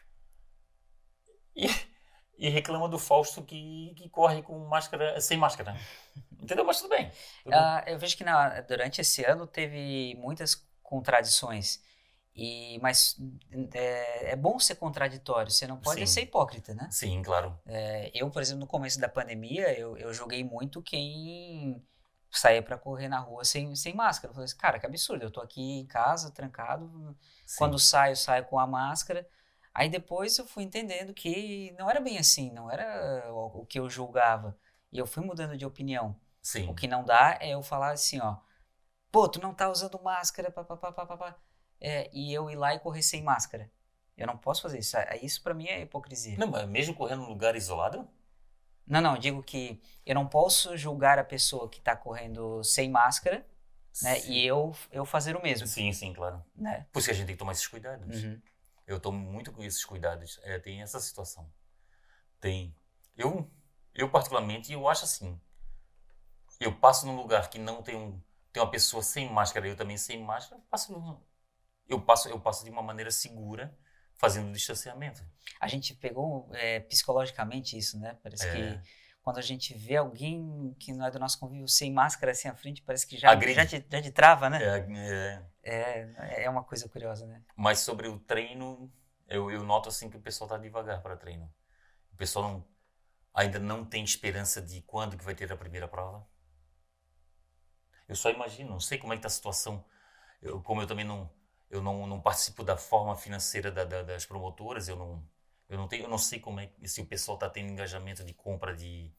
e reclama do Fausto que corre com máscara, sem máscara. Entendeu? Mas tudo bem. Eu vejo que durante esse ano teve muitas contradições. Mas é bom ser contraditório, você não pode ser hipócrita, né? Sim, claro. Eu, por exemplo, no começo da pandemia, eu julguei muito quem saía para correr na rua sem máscara. Eu falei assim, cara, que absurdo, eu tô aqui em casa, trancado, quando saio com a máscara. Aí depois eu fui entendendo que não era bem assim, não era o que eu julgava. E eu fui mudando de opinião. Sim. O que não dá é eu falar assim, ó, pô, tu não tá usando máscara, papapá. E eu ir lá e correr sem máscara. Eu não posso fazer isso. Isso pra mim é hipocrisia. Não, mas mesmo correndo num lugar isolado? Não, digo que eu não posso julgar a pessoa que tá correndo sem máscara, né? E eu fazer o mesmo. Sim, claro. Né? Por isso que a gente tem que tomar esses cuidados. Uhum. Eu tomo muito com esses cuidados. Tem essa situação. Tem. Eu particularmente, eu acho assim. Eu passo num lugar que não tem uma pessoa sem máscara e eu também sem máscara, eu passo de uma maneira segura, fazendo distanciamento. A gente pegou psicologicamente isso, né? Parece que quando a gente vê alguém que não é do nosso convívio sem máscara assim à frente, parece que já te trava, né? É uma coisa curiosa, né? Mas sobre o treino, eu noto assim que o pessoal está devagar para treino. O pessoal ainda não tem esperança de quando que vai ter a primeira prova. Eu só imagino, não sei como é que está a situação. Como eu também não participo da forma financeira das promotoras, eu não sei como se o pessoal está tendo engajamento de compra de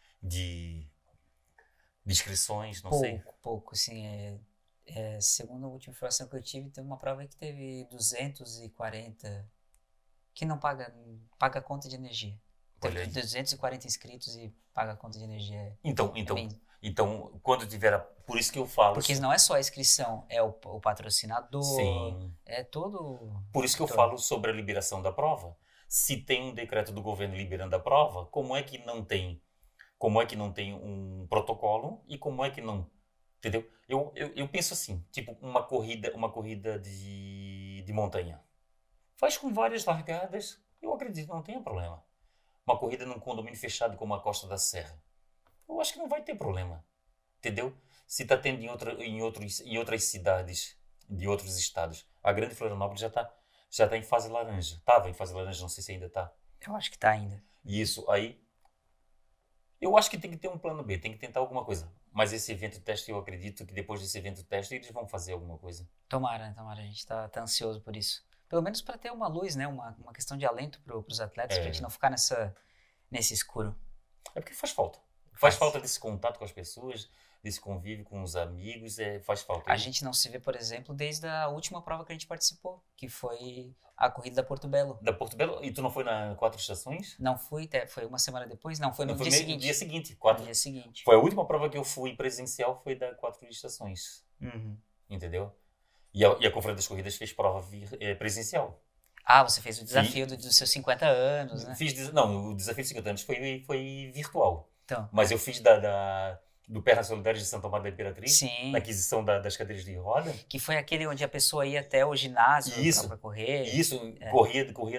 inscrições, não sei. Pouco, assim, segundo a última informação que eu tive, teve uma prova que teve 240 que não paga a conta de energia. Teve 240 inscritos e paga a conta de energia. Então, quando tiver por isso que eu falo... Porque não é só a inscrição, é o patrocinador, sim. É todo... Por isso que eu falo sobre a liberação da prova. Se tem um decreto do governo liberando a prova, como é que não tem um protocolo e como é que não... Entendeu? Eu penso assim, tipo uma corrida de montanha. Faz com várias largadas, eu acredito que não tenha problema. Uma corrida num condomínio fechado como a Costa da Serra. Eu acho que não vai ter problema, entendeu? Se está tendo em outras cidades de outros estados. A Grande Florianópolis já está em fase laranja. Estava em fase laranja, não sei se ainda está. Eu acho que está ainda. Isso, aí eu acho que tem que ter um plano B, tem que tentar alguma coisa. Mas esse evento teste, eu acredito que depois desse evento teste eles vão fazer alguma coisa. Tomara, a gente está ansioso por isso. Pelo menos para ter uma luz, né? Uma questão de alento para os atletas, para a gente não ficar nesse escuro. É porque faz falta. Faz falta desse contato com as pessoas, desse convívio com os amigos, faz falta. A gente não se vê, por exemplo, desde a última prova que a gente participou, que foi a corrida da Porto Belo. Da Porto Belo? E tu não foi na 4 estações? Não fui, foi uma semana depois? Não, foi no dia seguinte. Dia seguinte. Dia seguinte. Foi a última prova que eu fui presencial, foi da 4 estações. Uhum. Entendeu? E a Conferência das Corridas fez prova presencial. Você fez o desafio dos seus 50 anos, né? Não, o desafio dos 50 anos foi virtual. Então, mas eu fiz do Pernas Solidárias de Santo Amaro da Imperatriz, na aquisição das cadeiras de roda. Que foi aquele onde a pessoa ia até o ginásio para correr. Isso, corria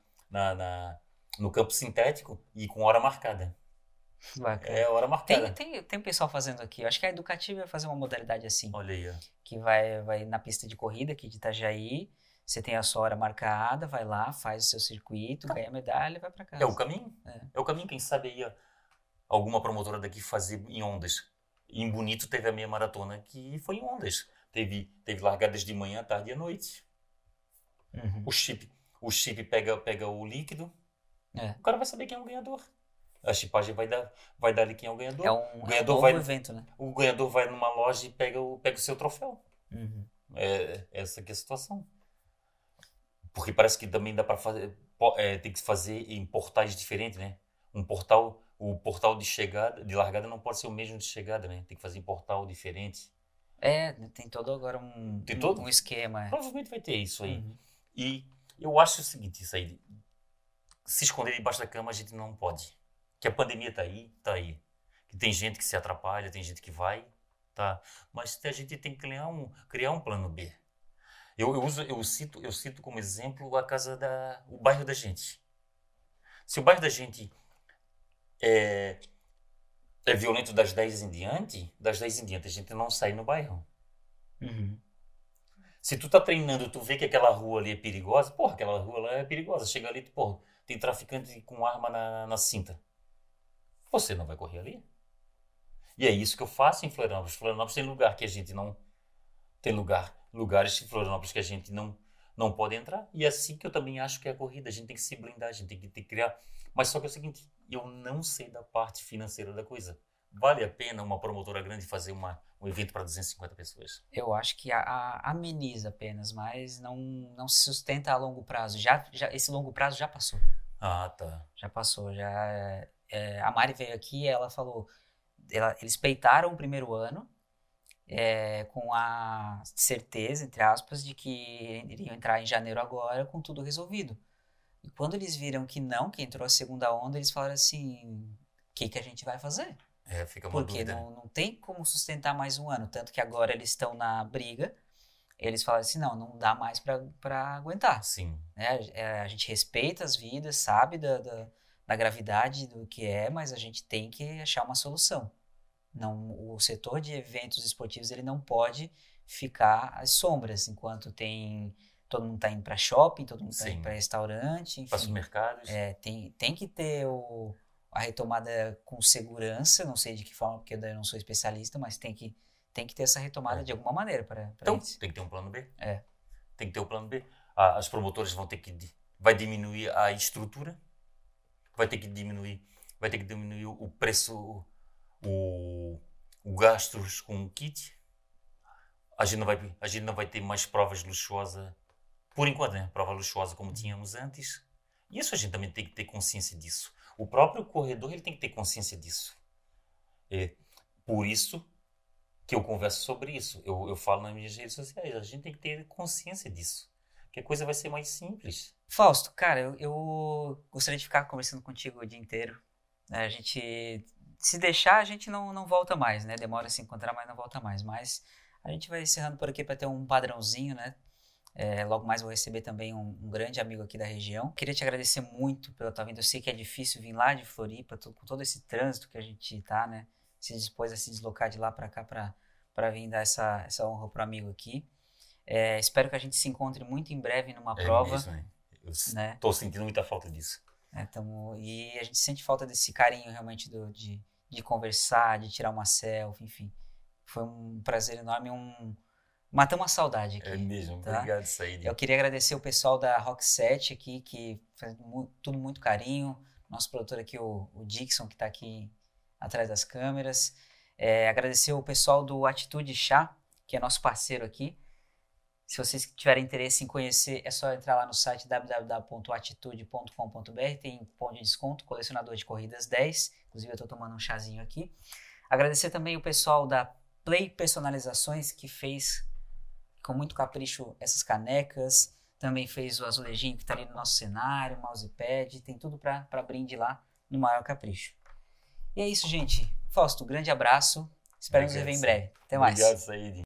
no campo sintético e com hora marcada. Bacana. Hora marcada. Tem pessoal fazendo aqui. Eu acho que a Educativa vai fazer uma modalidade assim. Olha aí. Que vai na pista de corrida aqui de Itajaí. Você tem a sua hora marcada, vai lá, faz o seu circuito, ganha medalha e vai para casa. É o caminho. É o caminho, quem sabe aí alguma promotora daqui fazer em Ondas. Em Bonito teve a meia maratona que foi em ondas. Teve largadas de manhã, tarde e à noite. Uhum. O chip pega o líquido, É. o cara vai saber quem é o ganhador. A chipagem vai dar ali quem é o ganhador. É O um ganhador novo vai, evento, né? o ganhador vai numa loja e pega o seu troféu. Uhum. É essa que é a situação. Porque parece que também dá para fazer, tem que fazer em portais diferentes, né? O portal de chegada, de largada não pode ser o mesmo de chegada, né? Tem que fazer em portal diferente. Tem todo agora um, Tem um, todo? um esquema. Provavelmente vai ter isso aí. Uhum. E eu acho o seguinte, isso aí, se esconder debaixo da cama a gente não pode. Que a pandemia tá aí. Que tem gente que se atrapalha, tem gente que vai, tá? Mas a gente tem que criar um plano B. Eu cito como exemplo o bairro da gente. Se o bairro da gente é violento das 10 em diante, a gente não sai no bairro. Uhum. Se tu tá treinando, tu vê que aquela rua ali é perigosa, porra, aquela rua lá é perigosa. Chega ali, porra, tem traficante com arma na cinta. Você não vai correr ali? E é isso que eu faço em Florianópolis. Florianópolis tem lugar que a gente não... Tem lugares em Florianópolis que a gente não pode entrar. E é assim que eu também acho que é a corrida. A gente tem que se blindar, a gente tem que criar... Mas só que é o seguinte, eu não sei da parte financeira da coisa. Vale a pena uma promotora grande fazer um evento para 250 pessoas? Eu acho que ameniza apenas, mas não se sustenta a longo prazo. Esse longo prazo já passou. Ah, tá. Já passou. A Mari veio aqui e ela falou... Eles peitaram o primeiro ano com a certeza, entre aspas, de que iriam entrar em janeiro agora com tudo resolvido. E quando eles viram que entrou a segunda onda, eles falaram assim, o que a gente vai fazer? Fica uma Porque dúvida. não tem como sustentar mais um ano. Tanto que agora eles estão na briga. Eles falaram assim, não dá mais para aguentar. Sim. A gente respeita as vidas, sabe da gravidade do que é, mas a gente tem que achar uma solução. O setor de eventos esportivos ele não pode ficar às sombras, enquanto todo mundo está indo para shopping, todo mundo está indo para restaurante, enfim. Para supermercados. Tem que ter a retomada com segurança, não sei de que forma, porque eu não sou especialista, mas tem que ter essa retomada de alguma maneira para então, isso. Tem que ter um plano B. Tem que ter um plano B. As promotoras vão ter que... Vai diminuir a estrutura, vai ter que diminuir o preço, o gastos com o kit. A gente não vai ter mais provas luxuosas, por enquanto, né? Prova luxuosa como tínhamos antes. E isso a gente também tem que ter consciência disso. O próprio corredor ele tem que ter consciência disso. Por isso que eu converso sobre isso. Eu falo nas minhas redes sociais. A gente tem que ter consciência disso. Que a coisa vai ser mais simples. Fausto, cara, eu gostaria de ficar conversando contigo o dia inteiro. A gente... Se deixar, a gente não volta mais, né? Demora a se encontrar, mas não volta mais. Mas a gente vai encerrando por aqui para ter um padrãozinho, né? Logo mais vou receber também um grande amigo aqui da região. Queria te agradecer muito pela tua vinda. Eu sei que é difícil vir lá de Floripa, com todo esse trânsito que a gente tá, né? Se dispôs a se deslocar de lá para cá para vir dar essa honra pro amigo aqui. Espero que a gente se encontre muito em breve numa prova. Mesmo, né? Eu estou sentindo muita falta disso. E a gente sente falta desse carinho realmente de conversar, de tirar uma selfie, enfim. Foi um prazer enorme, matamos uma saudade aqui. É mesmo, tá? Obrigado, Said. Eu queria agradecer o pessoal da Rock 7 aqui, que faz tudo muito carinho. Nosso produtor aqui, o Dixon, que está aqui atrás das câmeras. Agradecer o pessoal do Atitude Chá, que é nosso parceiro aqui. Se vocês tiverem interesse em conhecer, é só entrar lá no site www.atitude.com.br, tem cupom de desconto, colecionador de corridas 10, inclusive eu estou tomando um chazinho aqui. Agradecer também o pessoal da Play Personalizações, que fez com muito capricho essas canecas, também fez o azulejinho que está ali no nosso cenário, o mousepad, tem tudo para brinde lá no maior capricho. E é isso, gente. Fausto, grande abraço, espero nos ver em breve. Até mais. Obrigado, Said.